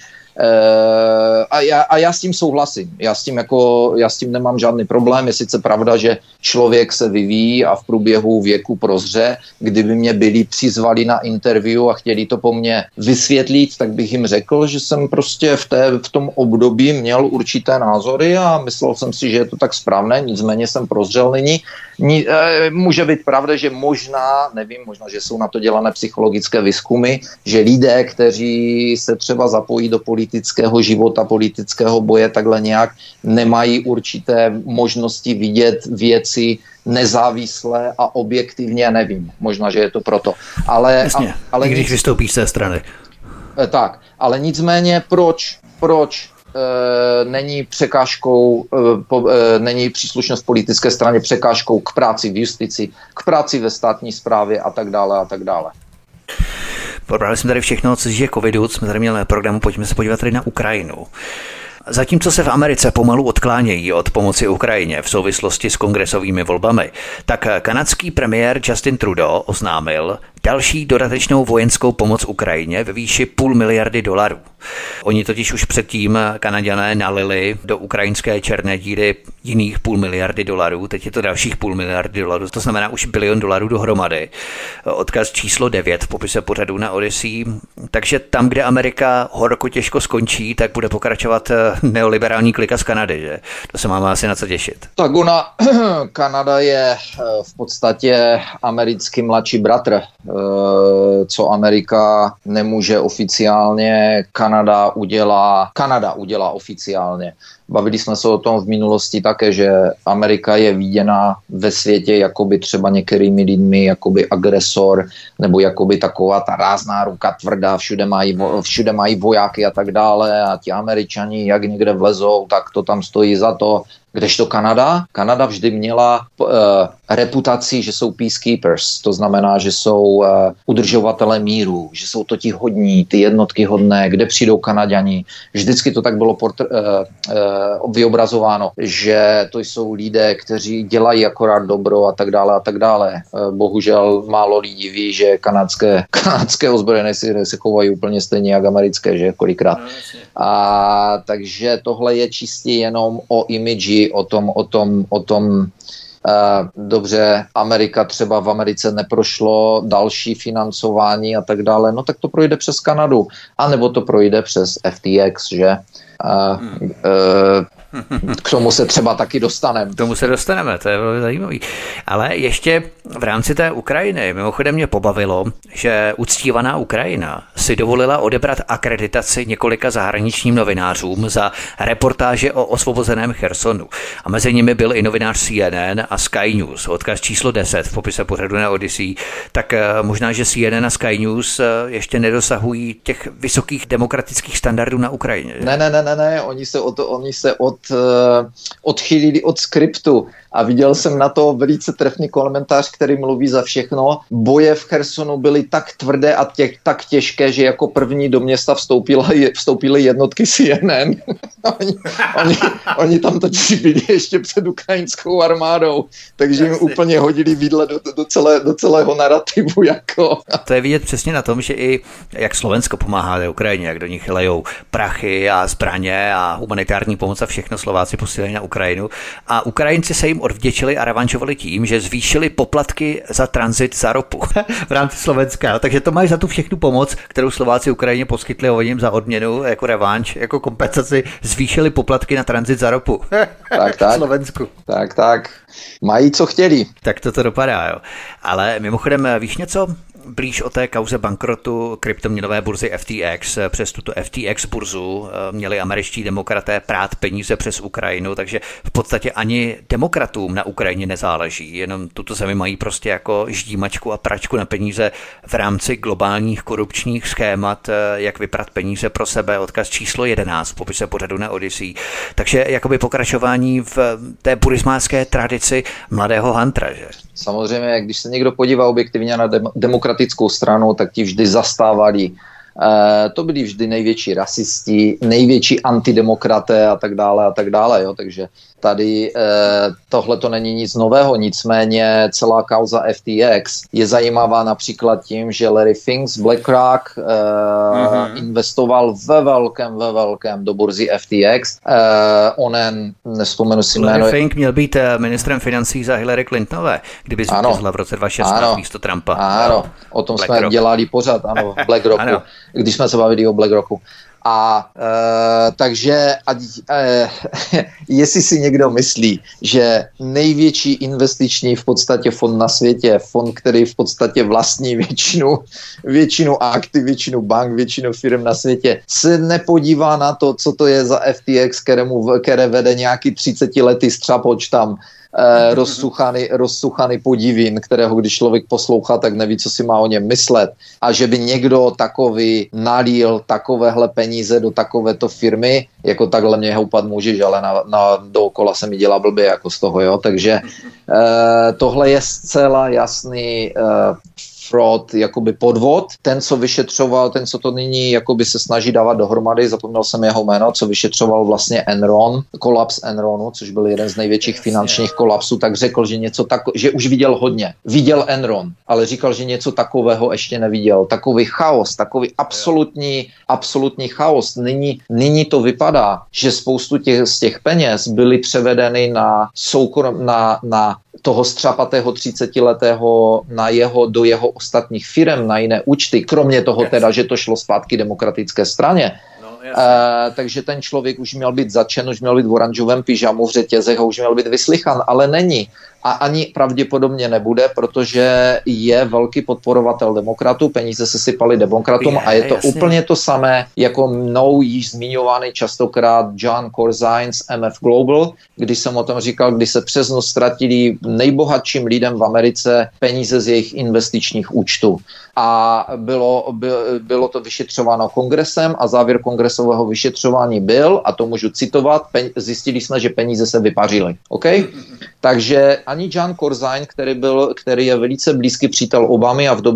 A já s tím souhlasím. Já s tím nemám žádný problém. Je sice pravda, že člověk se vyvíjí a v průběhu věku prozře. Kdyby mě byli přizvali na interview a chtěli to po mně vysvětlit, tak bych jim řekl, že jsem prostě v tom období měl určité názory a myslel jsem si, že je to tak správné, nicméně jsem prozřel nyní. Může být pravda, že možná, že jsou na to dělané psychologické výzkumy, že lidé, kteří se třeba zapojí do politického života, politického boje, takhle nějak nemají určité možnosti vidět věci nezávisle a objektivně, nevím. Možná, že je to proto. Ale když vystoupíš z té strany. Tak, ale nicméně proč není překážkou, není příslušnost politické straně překážkou k práci v justici, k práci ve státní správě a tak dále a tak dále. Probrali jsme tady všechno, co je covidu, jsme tady měli na programu, pojďme se podívat tady na Ukrajinu. Zatímco se v Americe pomalu odklánějí od pomoci Ukrajině v souvislosti s kongresovými volbami, tak kanadský premiér Justin Trudeau oznámil další dodatečnou vojenskou pomoc Ukrajině ve výši $500 miliardy. Oni totiž už předtím Kanaďané nalili do ukrajinské černé díry jiných $500 miliardy, teď je to dalších $500 miliardy, to znamená už $1 bilion dohromady. Odkaz číslo 9 v popise pořadu na Odyssey. Takže tam, kde Amerika horko těžko skončí, tak bude pokračovat neoliberální klika z Kanady, že? To se máme asi na co těšit. Tak Kanada je v podstatě americký mladší bratr. Co Amerika nemůže oficiálně, Kanada udělá oficiálně. Bavili jsme se o tom v minulosti také, že Amerika je viděna ve světě jakoby třeba některými lidmi jakoby agresor, nebo jakoby taková ta rázná ruka tvrdá, všude mají vojáky a tak dále a ti Američani jak někde vlezou, tak to tam stojí za to. Kdežto Kanada vždy měla reputaci, že jsou peacekeepers, to znamená, že jsou udržovatelé míru, že jsou to ti hodní, ty jednotky hodné, kde přijdou Kanaďani. Vždycky to tak bylo vyobrazováno, že to jsou lidé, kteří dělají akorát dobro a tak dále a tak dále. Bohužel málo lidí ví, že kanadské ozbrojené síly se chovají úplně stejně jak americké, že kolikrát. A takže tohle je čistě jenom o imidži, o tom dobře, Amerika třeba v Americe neprošlo další financování a tak dále, no tak to projde přes Kanadu, anebo to projde přes FTX, že? K tomu se třeba taky dostaneme. K tomu se dostaneme, to je velmi zajímavý. Ale ještě v rámci té Ukrajiny, mimochodem mě pobavilo, že uctívaná Ukrajina si dovolila odebrat akreditaci několika zahraničním novinářům za reportáže o osvobozeném Chersonu. A mezi nimi byl i novinář CNN a Sky News, odkaz číslo 10 v popise pořadu na Odyssey. Tak možná, že CNN a Sky News ještě nedosahují těch vysokých demokratických standardů na Ukrajině. Ne, oni se odchýlili od skriptu a viděl jsem na to velice trefný komentář, který mluví za všechno. Boje v Chersonu byly tak tvrdé a tak těžké, že jako první do města vstoupily jednotky CNN. oni tam totiž byli ještě před ukrajinskou armádou, takže jim úplně hodili vidle do celého narrativu. Jako. A to je vidět přesně na tom, že i jak Slovensko pomáhá Ukrajině, jak do nich lejou prachy a zbraně a humanitární pomoc a všechno Slováci posílají na Ukrajinu. A Ukrajinci se jim odvděčili a revanšovali tím, že zvýšili poplatky za tranzit za ropu v rámci Slovenska. Takže to mají za tu všechnu pomoc, kterou Slováci Ukrajině poskytli, oni jim za odměnu jako revanš, jako kompenzaci zvýšili poplatky na tranzit za ropu. Tak. Slovensku. Tak. Mají, co chtěli. Tak to dopadá, jo. Ale mimochodem, víš něco blíž o té kauze bankrotu kryptoměnové burzy FTX? Přes tuto FTX burzu měli američtí demokraté prát peníze přes Ukrajinu, takže v podstatě ani demokratům na Ukrajině nezáleží, jenom tuto zemi mají prostě jako ždímačku a pračku na peníze v rámci globálních korupčních schémat, jak vyprat peníze pro sebe, odkaz číslo 11 v popise pořadu na Odyssey. Takže jakoby pokračování v té burismácké tradici mladého Huntera, že? Samozřejmě, když se někdo podívá objektivně na demokratickou stranu, tak ti vždy zastávali. To byli vždy největší rasisti, největší antidemokraté a tak dále. Jo? Takže tady tohle to není nic nového, nicméně celá kauza FTX je zajímavá například tím, že Larry Fink z BlackRock investoval ve velkém do burzy FTX. Onen, nespomenu si jméno. Larry Fink měl být ministrem financí za Hillary Clintonové, kdyby zvítězila v roce 2016 místo Trumpa. Ano, o tom jsme dělali pořád, ano, v BlackRocku, ano. Když jsme se bavili o BlackRocku. A takže jestli si někdo myslí, že největší investiční v podstatě fond na světě, fond, který v podstatě vlastní většinu aktiv, většinu bank, většinu firm na světě, se nepodívá na to, co to je za FTX, které vede nějaký 30letý střapoč tam, rozsuchaný podivín, kterého když člověk poslouchá, tak neví, co si má o něm myslet. A že by někdo takový nalil takovéhle peníze do takovéto firmy, jako takhle mě houpat můžeš, ale dookola se mi dělá blbě jako z toho, jo. Takže tohle je zcela jasný fraud, jakoby podvod. Ten, co vyšetřoval, ten, co to nyní jakoby se snaží dávat dohromady, zapomněl jsem jeho jméno, co vyšetřoval vlastně Enron, kolaps Enronu, což byl jeden z největších finančních kolapsů, tak řekl, že že už viděl hodně. Viděl Enron, ale říkal, že něco takového ještě neviděl. Takový chaos, takový absolutní chaos. Nyní to vypadá, že spoustu z těch peněz byly převedeny na toho střapatého 30letého do jeho ostatních firem, na jiné účty, kromě toho teda, že to šlo zpátky demokratické straně. Takže ten člověk už měl být zatčen, už měl být v oranžovém pyžamu, v řetězech a už měl být vyslychan, ale není. A ani pravděpodobně nebude, protože je velký podporovatel demokratů, peníze se sypaly demokratům a je to úplně to samé, jako mnou již zmiňovaný častokrát John Corzine z MF Global, když jsem o tom říkal, kdy se přes noc ztratili nejbohatším lidem v Americe peníze z jejich investičních účtů. A bylo to vyšetřováno kongresem a závěr kongresového vyšetřování byl, a to můžu citovat, zjistili jsme, že peníze se vypařily. Okay? Takže ani John Corzine, který je velice blízký přítel Obamy a v době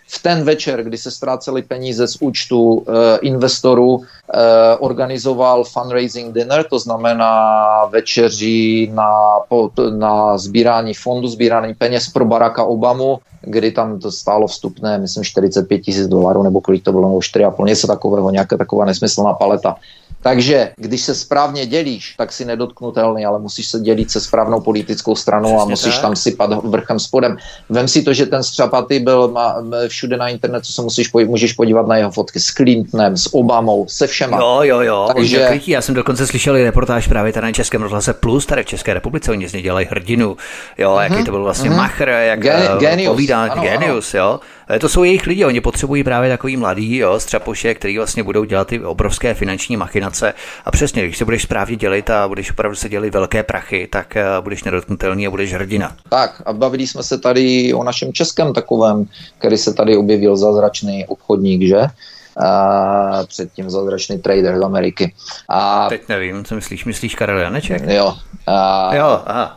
v ten večer, kdy se ztrácely peníze z účtu investorů, organizoval fundraising dinner, to znamená večeří na sbírání fondu, sbírání peněz pro Baracka Obamu, kdy tam to stálo vstupné, myslím, $45,000, nebo kolik to bylo, nebo 4,5, něco takového, nějaká taková nesmyslná paleta. Takže když se správně dělíš, tak si nedotknutelný, ale musíš se dělit se správnou politickou stranou. Přesně a musíš tak tam sypat vrchem spodem. Vem si to, že ten Střapatý byl všude na internetu, se můžeš podívat na jeho fotky s Clintonem, s Obamou, se všema. Jo. Takže já jsem dokonce slyšel i reportáž právě tady na Českém rozhlase Plus, tady v České republice, oni z něj dělají hrdinu, jo, jaký to byl vlastně machr, jak povídá, genius, jo. To jsou jejich lidi, oni potřebují právě takový mladý, jo, střapoše, který vlastně budou dělat ty obrovské finanční machinace a přesně, když se budeš správně dělit a budeš opravdu se dělit velké prachy, tak budeš nedotknutelný a budeš hrdina. Tak a bavili jsme se tady o našem českém takovém, který se tady objevil zázračný obchodník, že? Předtím zázračný trader z Ameriky. Teď nevím, co myslíš Karel Janeček? Jo. Aha.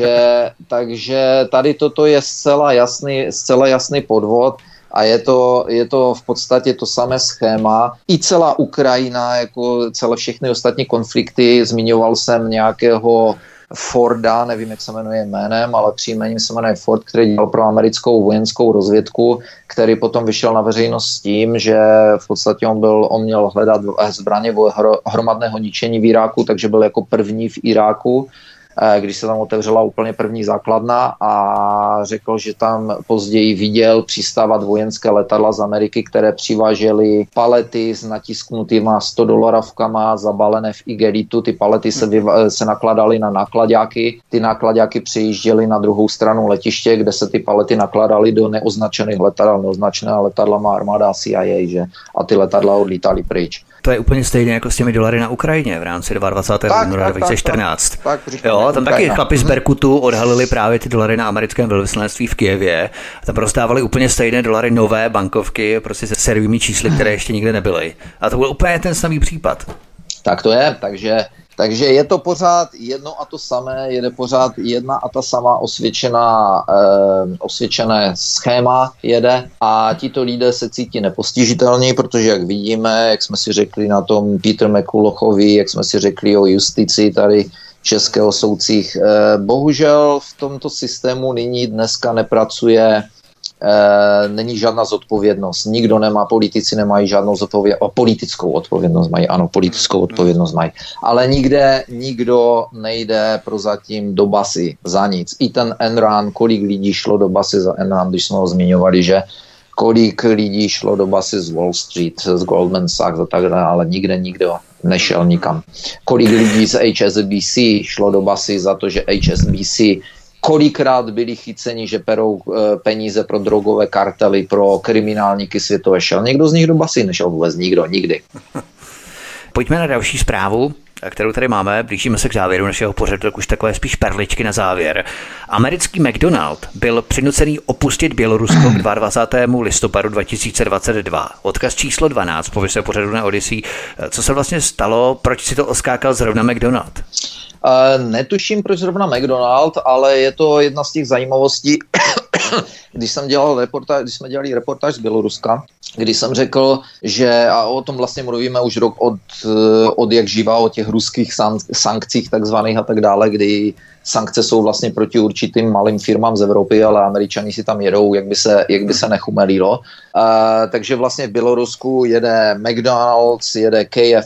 Takže tady toto je zcela jasný podvod a je to v podstatě to samé schéma. I celá Ukrajina, jako celé všechny ostatní konflikty, zmiňoval jsem nějakého Forda, nevím, jak se jmenuje jménem, ale příjmením se jmenuje Ford, který dělal pro americkou vojenskou rozvědku, který potom vyšel na veřejnost s tím, že v podstatě on měl hledat zbraně hromadného ničení v Iráku, takže byl jako první v Iráku, když se tam otevřela úplně první základna a řekl, že tam později viděl přistávat vojenské letadla z Ameriky, které přivážely palety s natisknutýma $100 zabalené v igelitu. Ty palety se nakladaly na náklaďáky. Ty náklaďáky přijížděly na druhou stranu letiště, kde se ty palety nakladaly do neoznačených letadel. Neoznačené letadla má armáda CIA, že? A ty letadla odlítaly pryč. To je úplně stejné jako s těmi dolary na Ukrajině v rámci 22. února 2014. Jo, tam taky chlapi z Berkutu odhalili právě ty dolary na americkém velvyslanectví v Kyjevě. Tam rozdávali úplně stejné dolary, nové bankovky, prostě se sériovými čísly, které ještě nikde nebyly. A to byl úplně ten samý případ. Tak to je, takže je to pořád jedno a to samé, jede pořád jedna a ta sama osvědčené schéma jede a tito lidé se cítí nepostižitelní, protože jak vidíme, jak jsme si řekli na tom Petr McCullochovi, jak jsme si řekli o justici tady českého soudcích, bohužel v tomto systému nyní dneska nepracuje, není žádná zodpovědnost. Nikdo nemá, politici nemají žádnou zodpovědnost, politickou odpovědnost mají, ano, politickou odpovědnost mají. Ale nikdo nejde prozatím do basy za nic. I ten Enron, kolik lidí šlo do basy za Enron, když jsme ho zmiňovali, že kolik lidí šlo do basy z Wall Street, z Goldman Sachs a tak dále, ale nikdo nešel nikam. Kolik lidí z HSBC šlo do basy za to, že HSBC kolikrát byli chyceni, že perou peníze pro drogové kartely, pro kriminálníky světové. Šel někdo z nich do basy? Nešel vůbec nikdo, nikdy. Pojďme na další zprávu, kterou tady máme. Blížíme se k závěru našeho pořadu, tak už takové spíš perličky na závěr. Americký McDonald byl přinucený opustit Bělorusko k 22. listopadu 2022. Odkaz číslo 12 pověse pořadu na Odyssey. Co se vlastně stalo? Proč si to oskákal zrovna McDonald? Netuším, proč zrovna McDonald, ale je to jedna z těch zajímavostí, když jsme dělali reportáž z Běloruska, kdy jsem řekl, že, a o tom vlastně mluvíme už rok od jak živá, o těch ruských sankcích takzvaných a tak dále, kdy sankce jsou vlastně proti určitým malým firmám z Evropy, ale Američani si tam jedou, jak by se nechumelilo. Takže vlastně v Bělorusku jede McDonald's, jede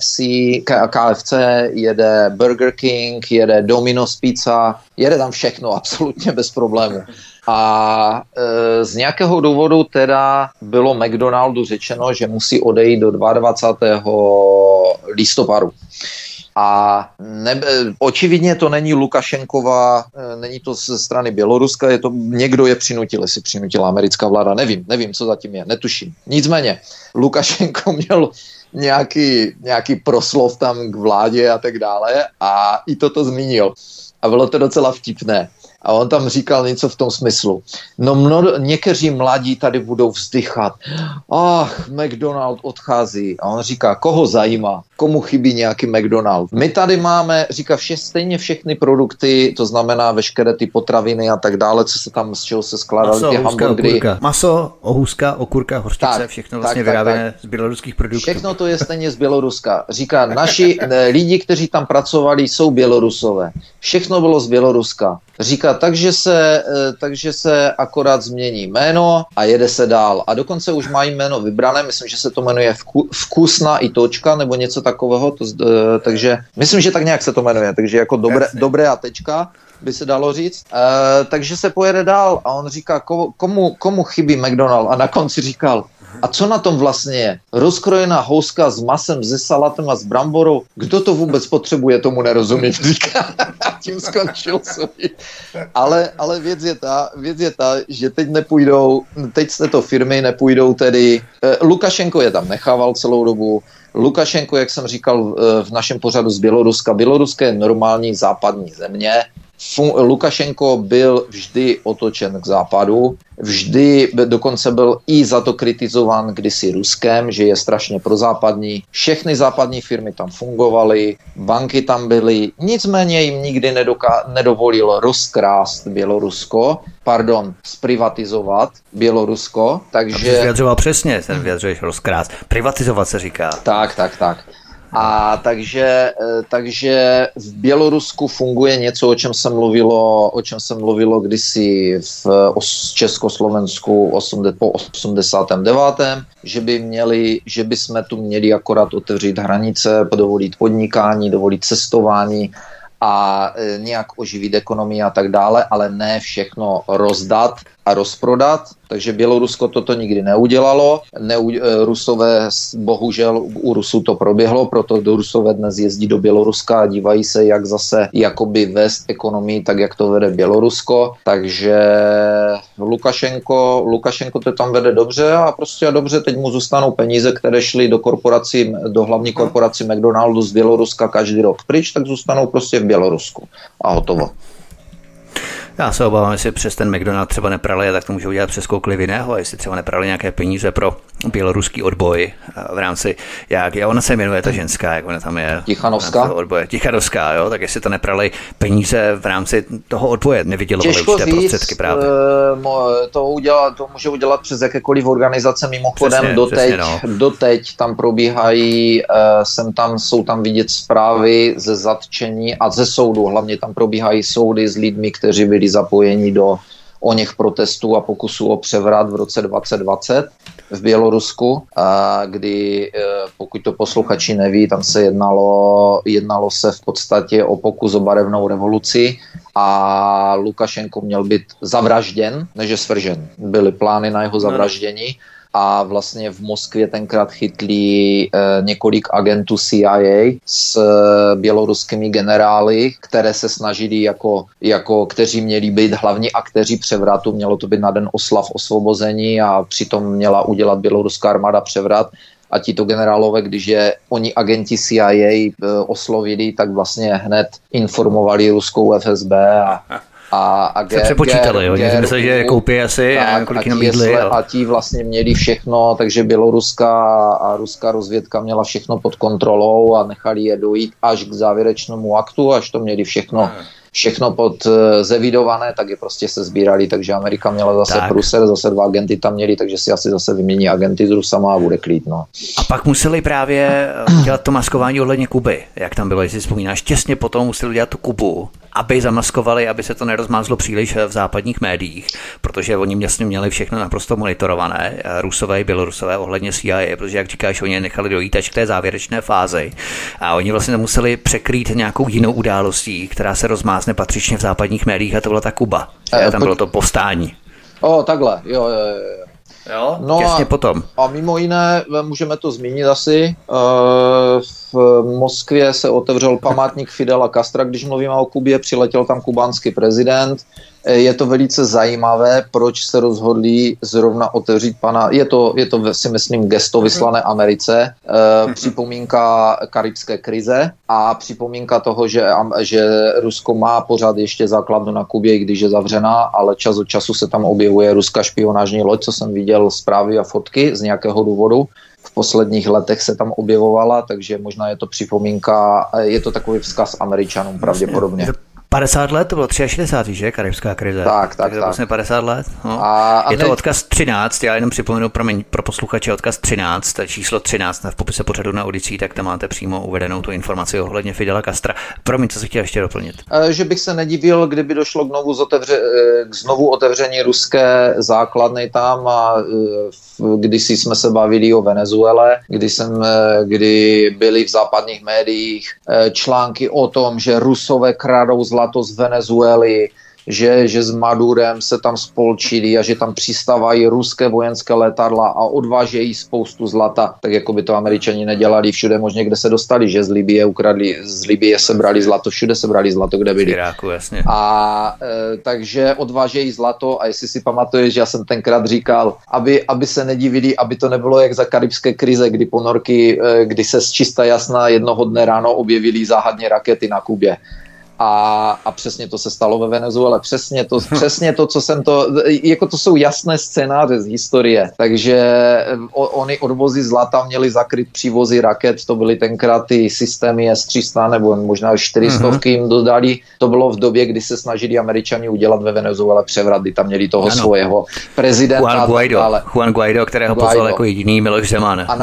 KFC, jede Burger King, jede Domino's Pizza, jede tam všechno absolutně bez problému. A z nějakého důvodu teda bylo McDonaldu řečeno, že musí odejít do 22. listopadu. A očividně to není Lukašenkova, není to ze strany Běloruska, někdo je přinutil, jestli přinutila americká vláda, nevím, co zatím je, netuším. Nicméně, Lukašenko měl nějaký proslov tam k vládě a tak dále a i toto zmínil. A bylo to docela vtipné. A on tam říkal něco v tom smyslu. No někteří mladí tady budou vzdychat. Ach, McDonald odchází. A on říká, koho zajímá? Komu chybí nějaký McDonald? My tady máme, říká, stejně všechny produkty, to znamená veškeré ty potraviny a tak dále, co se tam, z čeho se skládaly ty hamburgery. Maso, ohůzka, okurka, hořčice, všechno vlastně vyráběné z běloruských produktů. Všechno to je stejně z Běloruska. Říká, naši lidi, kteří tam pracovali, jsou Bělorusové. Všechno bylo z Běloruska. Říká, takže se akorát změní jméno a jede se dál. A dokonce už mají jméno vybrané, myslím, že se to jmenuje Vkusná i točka, nebo něco takového. Takže myslím, že tak nějak se to jmenuje. Takže jako dobré a tečka by se dalo říct. Takže se pojede dál a on říká, komu chybí McDonald? A na konci říkal, a co na tom vlastně je? Rozkrojená houska s masem, se salatem a s bramborou? Kdo to vůbec potřebuje, tomu nerozumím, říká. Tím skončil svůj. Ale věc je ta, že teď z této firmy nepůjdou tedy, Lukašenko je tam nechával celou dobu, Lukašenko, jak jsem říkal v našem pořadu z Běloruska, Bělorusko je normální západní země, Lukašenko byl vždy otočen k západu, vždy dokonce byl i za to kritizován kdysi Ruskem, že je strašně prozápadní. Všechny západní firmy tam fungovaly, banky tam byly, nicméně jim nikdy nedovolil rozkrást zprivatizovat Bělorusko, takže... To vyjadřoval přesně, ten vyjadřuješ rozkrást. Privatizovat se říká. Tak. A takže v Bělorusku funguje něco, o čem se mluvilo kdysi v Československu po 89. že by jsme tu měli akorát otevřít hranice, dovolit podnikání, dovolit cestování a nějak oživit ekonomii a tak dále, ale ne všechno rozdat a rozprodat. Takže Bělorusko toto nikdy neudělalo. Rusové, bohužel u Rusů to proběhlo, proto Rusové dnes jezdí do Běloruska a dívají se, jak zase jakoby vést ekonomii, tak jak to vede Bělorusko. Takže Lukašenko to tam vede dobře a prostě dobře, teď mu zůstanou peníze, které šly do hlavní korporaci McDonaldu z Běloruska každý rok pryč, tak zůstanou prostě v Bělorusku. A hotovo. Já se obávám, jestli přes ten McDonald třeba neprali, tak to můžou udělat přes koukoliv jiného, jestli třeba neprali nějaké peníze pro běloruský odboj v rámci, jak ona se jmenuje ta ženská, jak ona tam je. Tichanovská, jo, tak jestli to neprali peníze v rámci toho odboje, nevydělovali určité prostředky právě. To může udělat přes jakékoliv organizace, mimochodem doteď tam probíhají, jsou tam vidět zprávy ze zatčení a ze soudu, hlavně tam probíhají soudy s lidmi, kteří byli zapojeni do oněch protestů a pokusů o převrat v roce 2020 v Bělorusku, kdy, pokud to posluchači neví, tam se jednalo se v podstatě o pokus o barevnou revoluci a Lukašenko měl být zavražděn, než je svržen. Byly plány na jeho zavraždění. A vlastně v Moskvě tenkrát chytli několik agentů CIA s běloruskými generály, které se snažili kteří měli být hlavní aktéři převratu. Mělo to být na den oslav osvobození a přitom měla udělat běloruská armáda převrat. A tito generálové, když je oni agenti CIA oslovili, tak vlastně hned informovali ruskou FSB a se přepočítali, oni mysleli, že koupí asi kolik jenom jídli. A ti vlastně měli všechno, takže běloruská a ruská rozvědka měla všechno pod kontrolou a nechali je dojít až k závěrečnému aktu, až to měli všechno zevidované, tak je prostě se sbírali, takže Amerika měla zase průser, zase 2 agenty tam měli, takže si asi zase vymění agenty s Rusama a bude klid, no. A pak museli právě dělat to maskování ohledně Kuby, jak tam bylo, jestli vzpomínáš, těsně potom museli dělat tu Kubu, aby zamaskovali, aby se to nerozmázlo příliš v západních médiích, protože oni měli všechno naprosto monitorované, Rusové i Bělorusové ohledně CIA, protože jak říkáš, oni nechali dojít až k té závěrečné fázi a oni vlastně museli překrýt nějakou jinou událostí, která se rozmázne patřičně v západních médiích a to byla ta Kuba. Tam bylo to povstání. Takhle, jo. Jo, no těsně potom. A mimo jiné, můžeme to zmínit asi, v Moskvě se otevřel památník Fidela Castra, když mluvíme o Kubě, přiletěl tam kubánský prezident. Je to velice zajímavé, proč se rozhodli zrovna otevřít je to si myslím gesto vyslané Americe, připomínka karibské krize a připomínka toho, že Rusko má pořád ještě základnu na Kubě, i když je zavřená, ale čas od času se tam objevuje ruská špionážní loď, co jsem viděl zprávy a fotky z nějakého důvodu. V posledních letech se tam objevovala, takže možná je to připomínka, je to takový vzkaz Američanům pravděpodobně. 50 let, to bylo 63, že? Karibská krize. Tak. To vlastně 50 let. No. Je to odkaz 13, já jenom připomenu, pro posluchače odkaz 13, číslo 13 v popise pořadu na Odysee, tak tam máte přímo uvedenou tu informaci ohledně Fidela Castra. Promiň, co si chtěl ještě doplnit? Že bych se nedivil, kdyby došlo k znovu otevření ruské základny tam a když jsme se bavili o Venezuele, kdy byly v západních médiích články o tom, že Rusové kradou zlato z Venezuely, že s Madurem se tam spolčili a že tam přistávají ruské vojenské letadla a odvážejí spoustu zlata, tak jako by to Američani nedělali všude možně, kde se dostali, že z Libye sebrali zlato, všude sebrali zlato, kde byli. Iráku, jasně. Takže odvážejí zlato a jestli si pamatuješ, že já jsem tenkrát říkal, aby se nedivili, aby to nebylo jak za karibské krize, kdy ponorky, kdy se z čista jasna jednoho dne ráno objevily záhadně rakety na Kubě. A přesně to se stalo ve Venezuele. Přesně to, co jsem jako to jsou jasné scénáře z historie. Takže oni odvozy zlata měli zakryt přívozy raket, to byly tenkrát ty systémy S-300 nebo možná 400 jim dodali. To bylo v době, kdy se snažili Američani udělat ve Venezuele převrat, kdy tam měli toho svého prezidenta. Juan Guaido, kterého pozval jako jediný Miloš Zeman a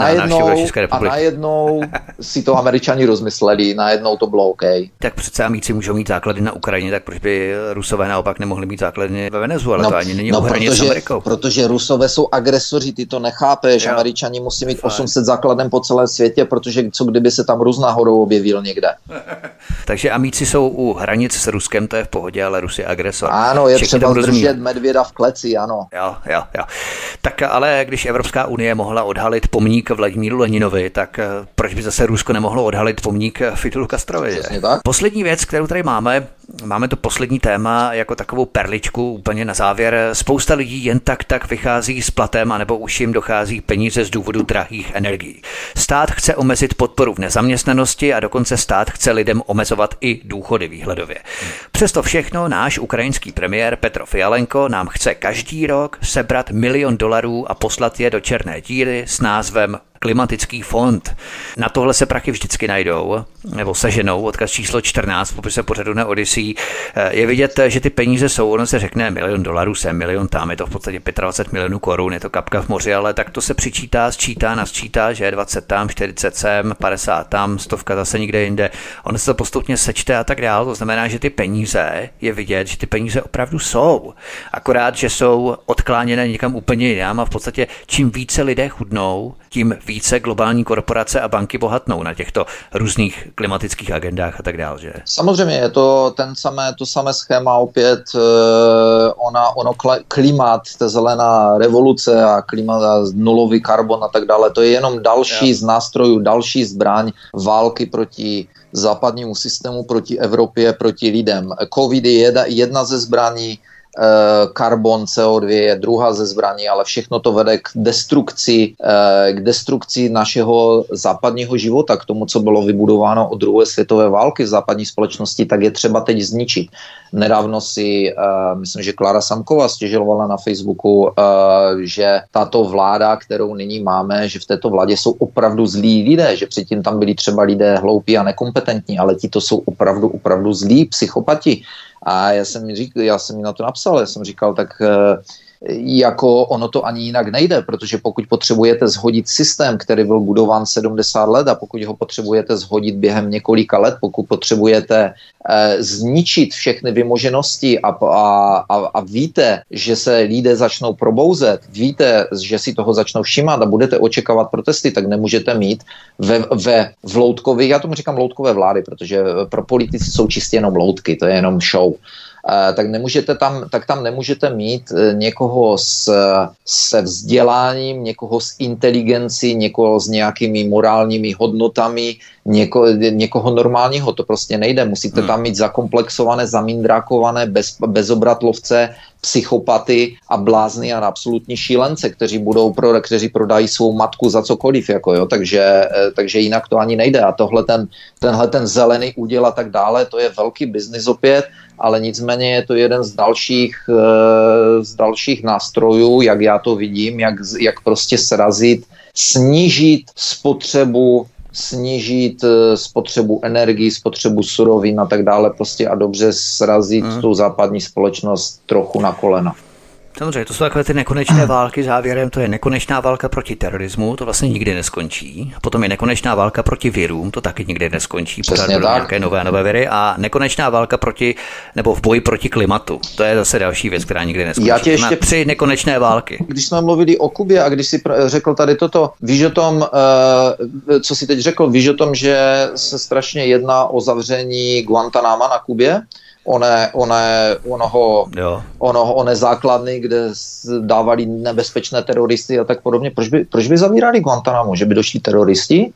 najednou si to Američani rozmysleli, najednou to bylo OK. Tak přece Amíci můžou mít základy na Ukrajině, tak proč by Rusové naopak nemohli mít základy ve Venezuele? To ani není o hraně s Amerikou. Protože Rusové jsou agresoři, ty to nechápeš. Jo. Američani musí mít 800 základen po celém světě, protože co kdyby se tam Rus náhodou objevil někde. Takže Amíci jsou u hranic s Ruskem, to je v pohodě, ale Rus je agresor. Ano, je třeba držet medvěda v kleci, ano. Jo. Tak ale když Evropská unie mohla odhalit pomník Vladimíru Leninovi, tak proč by zase Rusko nemohlo odhalit pomník Fidelu Castrovi? Poslední věc, kterou tady máme to poslední téma jako takovou perličku úplně na závěr. Spousta lidí jen tak vychází s platem, anebo už jim dochází peníze z důvodu drahých energií. Stát chce omezit podporu v nezaměstnanosti a dokonce stát chce lidem omezovat i důchody výhledově. Přesto všechno náš ukrajinský premiér Petro Fialenko nám chce každý rok sebrat $1 milion a poslat je do černé díry s názvem Klimatický fond. Na tohle se prachy vždycky najdou, nebo seženou, odkaz číslo 14 v popise pořadu na Odysee. Je vidět, že ty peníze jsou, ono se řekne $1 milion sem, milion tam, je to v podstatě 25 milionů korun, je to kapka v moři, ale tak to se přičítá, nasčítá, že 20 tam, 40 sem, 50 tam, 100 zase někde jinde. Ono se to postupně sečte a tak dál, to znamená, že ty peníze, je vidět, že ty peníze opravdu jsou. Akorát, že jsou odkláněné někam úplně jinam a v podstatě čím více lidé chudnou, tím více globální korporace a banky bohatnou na těchto různých klimatických agendách a tak dále, že? Samozřejmě je to to samé schéma opět, klimat, ta zelená revoluce a klimat a nulový karbon a tak dále, to je jenom další z nástrojů, další zbraň války proti západnímu systému, proti Evropě, proti lidem. Covid je jedna ze zbraní, karbon, CO2 je druhá ze zbraní, ale všechno to vede k destrukci našeho západního života, k tomu, co bylo vybudováno od druhé světové války v západní společnosti, tak je třeba teď zničit. Nedávno si, myslím, že Klára Samková stěžovala na Facebooku, že tato vláda, kterou nyní máme, že v této vládě jsou opravdu zlí lidé, že předtím tam byli třeba lidé hloupí a nekompetentní, ale ti to jsou opravdu zlí psychopati. A já jsem jí na to napsal, já jsem říkal, tak jako ono to ani jinak nejde, protože pokud potřebujete zhodit systém, který byl budován 70 let a pokud ho potřebujete zhodit během několika let, pokud potřebujete zničit všechny vymoženosti a víte, že se lidé začnou probouzet, víte, že si toho začnou všímat a budete očekávat protesty, tak nemůžete mít v loutkových, já tomu říkám loutkové vlády, protože pro politici jsou čistě jenom loutky, to je jenom show. tak tam nemůžete mít někoho se vzděláním, někoho s inteligencí, někoho s nějakými morálními hodnotami, někoho normálního. To prostě nejde. Musíte tam mít zakomplexované, zamindrákované, bezobratlovce, psychopaty a blázny a absolutní šílence, kteří prodají svou matku za cokoliv. Takže jinak to ani nejde. A tenhle ten zelený úděl a tak dále, to je velký biznis opět, ale nicméně je to jeden z dalších nástrojů, jak já to vidím, jak prostě srazit, snížit spotřebu energii, spotřebu surovin a tak dále prostě a dobře srazit tu západní společnost trochu na kolena. Samozřejmě, to jsou takové ty nekonečné války závěrem, to je nekonečná válka proti terorismu, to vlastně nikdy neskončí. A potom je nekonečná válka proti virům, to taky nikdy neskončí. Pořád budou nějaké nové viry a nekonečná válka v boji proti klimatu. To je zase další věc, která nikdy neskončí. Já ještě 3 nekonečné války. Když jsme mluvili o Kubě a když si řekl tady toto, víš o tom, co si teď řekl, víš o tom, že se strašně jedná o zavření Guantanama na Kubě? One základny, kde dávali nebezpečné teroristy a tak podobně. Proč by zavírali Guantanamo? Že by došli teroristi?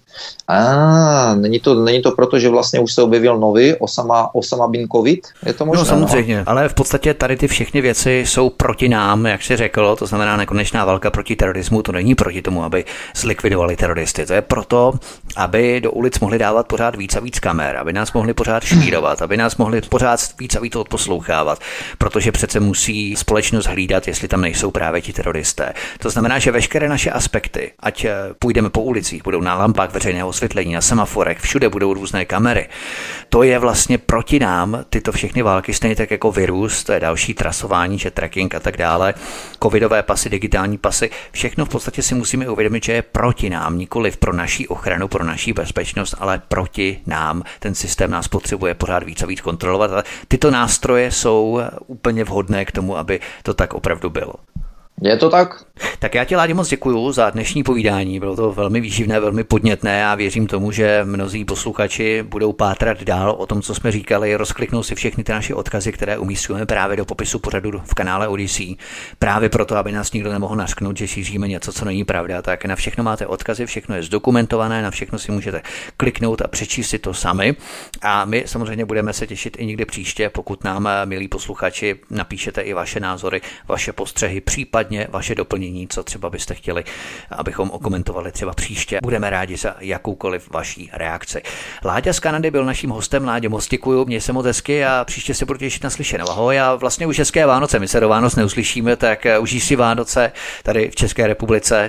Není to proto, že vlastně už se objevil nový Osama bin Covid? Je to možné? No samozřejmě, ale v podstatě tady ty všechny věci jsou proti nám, jak jsi řekl, to znamená nekonečná válka proti terorismu, to není proti tomu, aby zlikvidovali teroristy. To je proto, aby do ulic mohli dávat pořád víc a víc kamer, aby nás mohli pořád šmírovat, aby nás mohli pořád víc a víc odposlouchávat, protože přece musí společnost hlídat, jestli tam nejsou právě ti teroristé. To znamená, že veškeré naše aspekty, ať půjdeme po ulicích, budou na lampách veřejného osvětlení, na semaforech, všude budou různé kamery. To je vlastně proti nám tyto všechny války, stejně tak jako virus, to je další trasování, že tracking a tak dále, covidové pasy, digitální pasy, všechno v podstatě si musíme uvědomit, že je proti nám, nikoliv pro naší ochranu, pro naší bezpečnost, ale proti nám. Ten systém nás potřebuje pořád víc a víc kontrolovat. A tyto nástroje jsou úplně vhodné k tomu, aby to tak opravdu bylo. Je to tak? Tak já ti, Láďo, moc děkuju za dnešní povídání. Bylo to velmi výživné, velmi podnětné a věřím tomu, že mnozí posluchači budou pátrat dál o tom, co jsme říkali, rozkliknou si všechny ty naše odkazy, které umístujeme právě do popisu pořadu v kanále Odyssey. Právě proto, aby nás nikdo nemohl nařknout, že šíříme něco, co není pravda, tak na všechno máte odkazy, všechno je zdokumentované, na všechno si můžete kliknout a přečíst si to sami. A my samozřejmě budeme se těšit i někde příště, pokud nám, milí posluchači, napíšete i vaše názory, vaše postřehy, případně vaše doplnění, co třeba byste chtěli, abychom okomentovali třeba příště. Budeme rádi za jakoukoliv vaší reakci. Láďa z Kanady byl naším hostem. Láďo, moc děkuju, měj se moc hezky a příště se budu těšit na slyšenou. Ahoj, a vlastně už hezké Vánoce, my se do Vánoc neuslyšíme, tak užij si Vánoce tady v České republice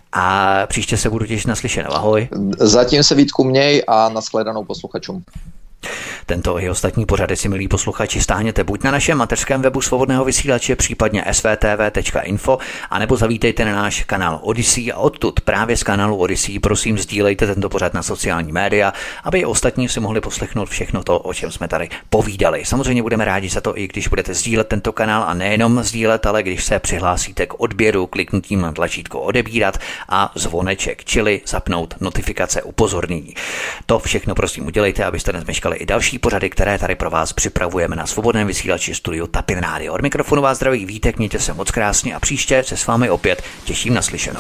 a příště se budu těšit na slyšenou. Ahoj. Zatím se, Vítku, měj a nashledanou posluchačům. Tento i ostatní pořady si, milí posluchači, stáhněte buď na našem mateřském webu Svobodného vysílače, případně svtv.info, anebo zavítejte na náš kanál Odyssey a odtud právě z kanálu Odyssey prosím sdílejte tento pořad na sociální média, aby i ostatní si mohli poslechnout všechno to, o čem jsme tady povídali. Samozřejmě budeme rádi za to, i když budete sdílet tento kanál a nejenom sdílet, ale když se přihlásíte k odběru kliknutím na tlačítko odebírat a zvoneček, čili zapnout notifikace upozornění. To všechno prosím udělejte, abyste nezmeškali i další pořady, které tady pro vás připravujeme na Svobodném vysílači studiu Tapin Radio. Od mikrofonu vás zdraví Vítek, mějte se moc krásně a příště se s vámi opět těším na slyšenou.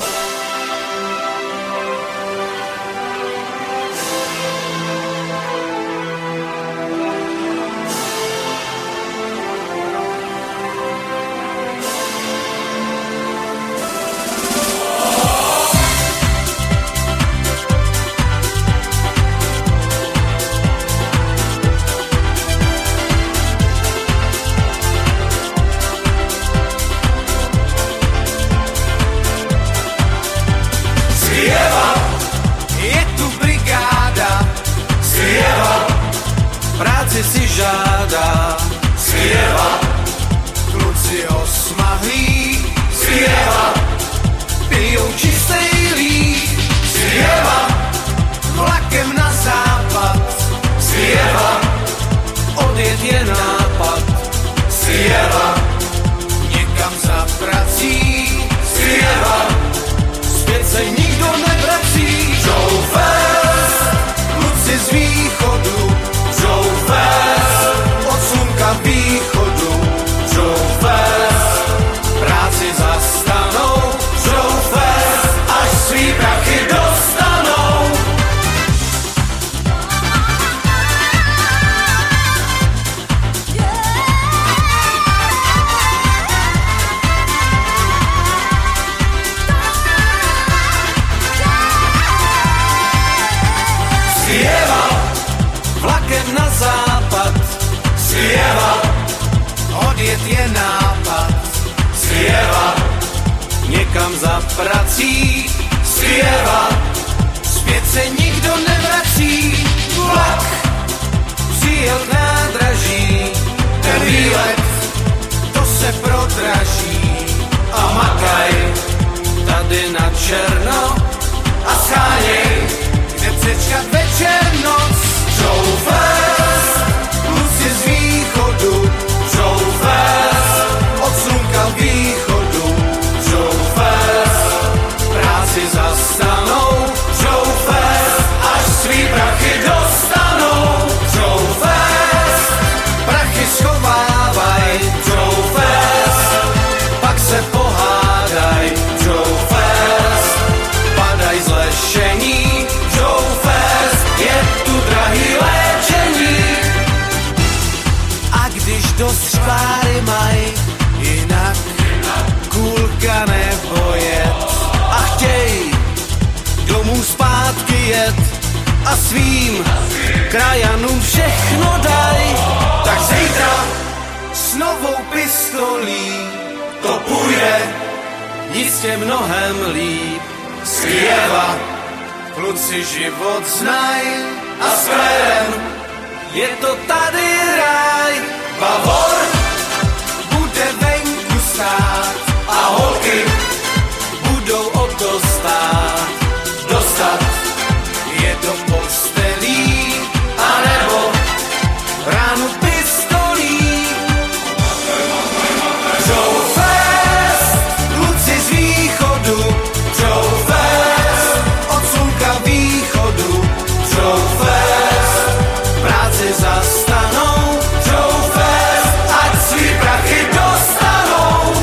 zpěvat, někam za prací, zpěvat, zpět se nikdo nevrací. Vlak přijel k nádraží, ten výlet, to se prodraží. A makaj tady na černo a scháněj, kde přečkat večer noc. Joe Fest, kluci z východu, Joe Fest, od slunka k východu, Joe Fest, práci zastanou, Joe Fest, až svý prachy dostanou. Joe Fest, prachy schovávaj, Joe Fest, pak se pohádaj, Joe Fest, padaj z lešení, Joe Fest, je tu drahý léčení. A když dost škváry maj, jinak kůlka nebo jet, a chtěj domů zpátky jet a svým krajanům všechno daj, tak zítra s novou pistolí to půjde jistě mnohem líp. Z Kyjeva kluci život znaj a s klérem je to tady ráj. Bavor bude venku stát a holky budou o to stát. Dostat je do postelí a nebo ránu pistolí. Joe Fest, kluci z východu, Joe Fest, od slunka východu, Joe Fest, práci zastanou, Joe Fest, ať svý prachy dostanou.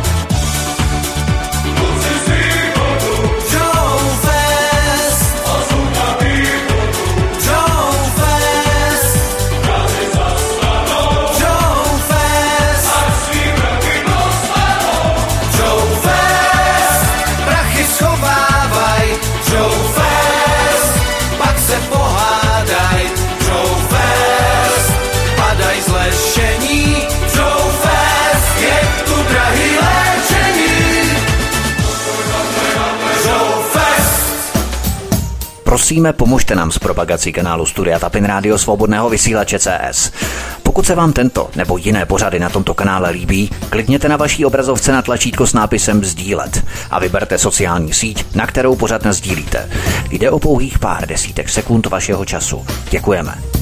Kluci z východu, Joe Fest, od slunka východu, Joe Fest, práci zastanou, Joe Fest, ať svý prachy dostanou. Joe Fest, prachy schovávaj, Joe Fest, pak se pohádaj, Joe Fest, padaj z lešení, Joe Fest, je tu drahý léčení. Joe Fest. Prosíme, pomožte nám s propagací kanálu Studia Tapin Rádio Svobodného vysílače CS. Pokud se vám tento nebo jiné pořady na tomto kanále líbí, klikněte na vaší obrazovce na tlačítko s nápisem sdílet a vyberte sociální síť, na kterou pořad nasdílíte. Jde o pouhých pár desítek sekund vašeho času. Děkujeme.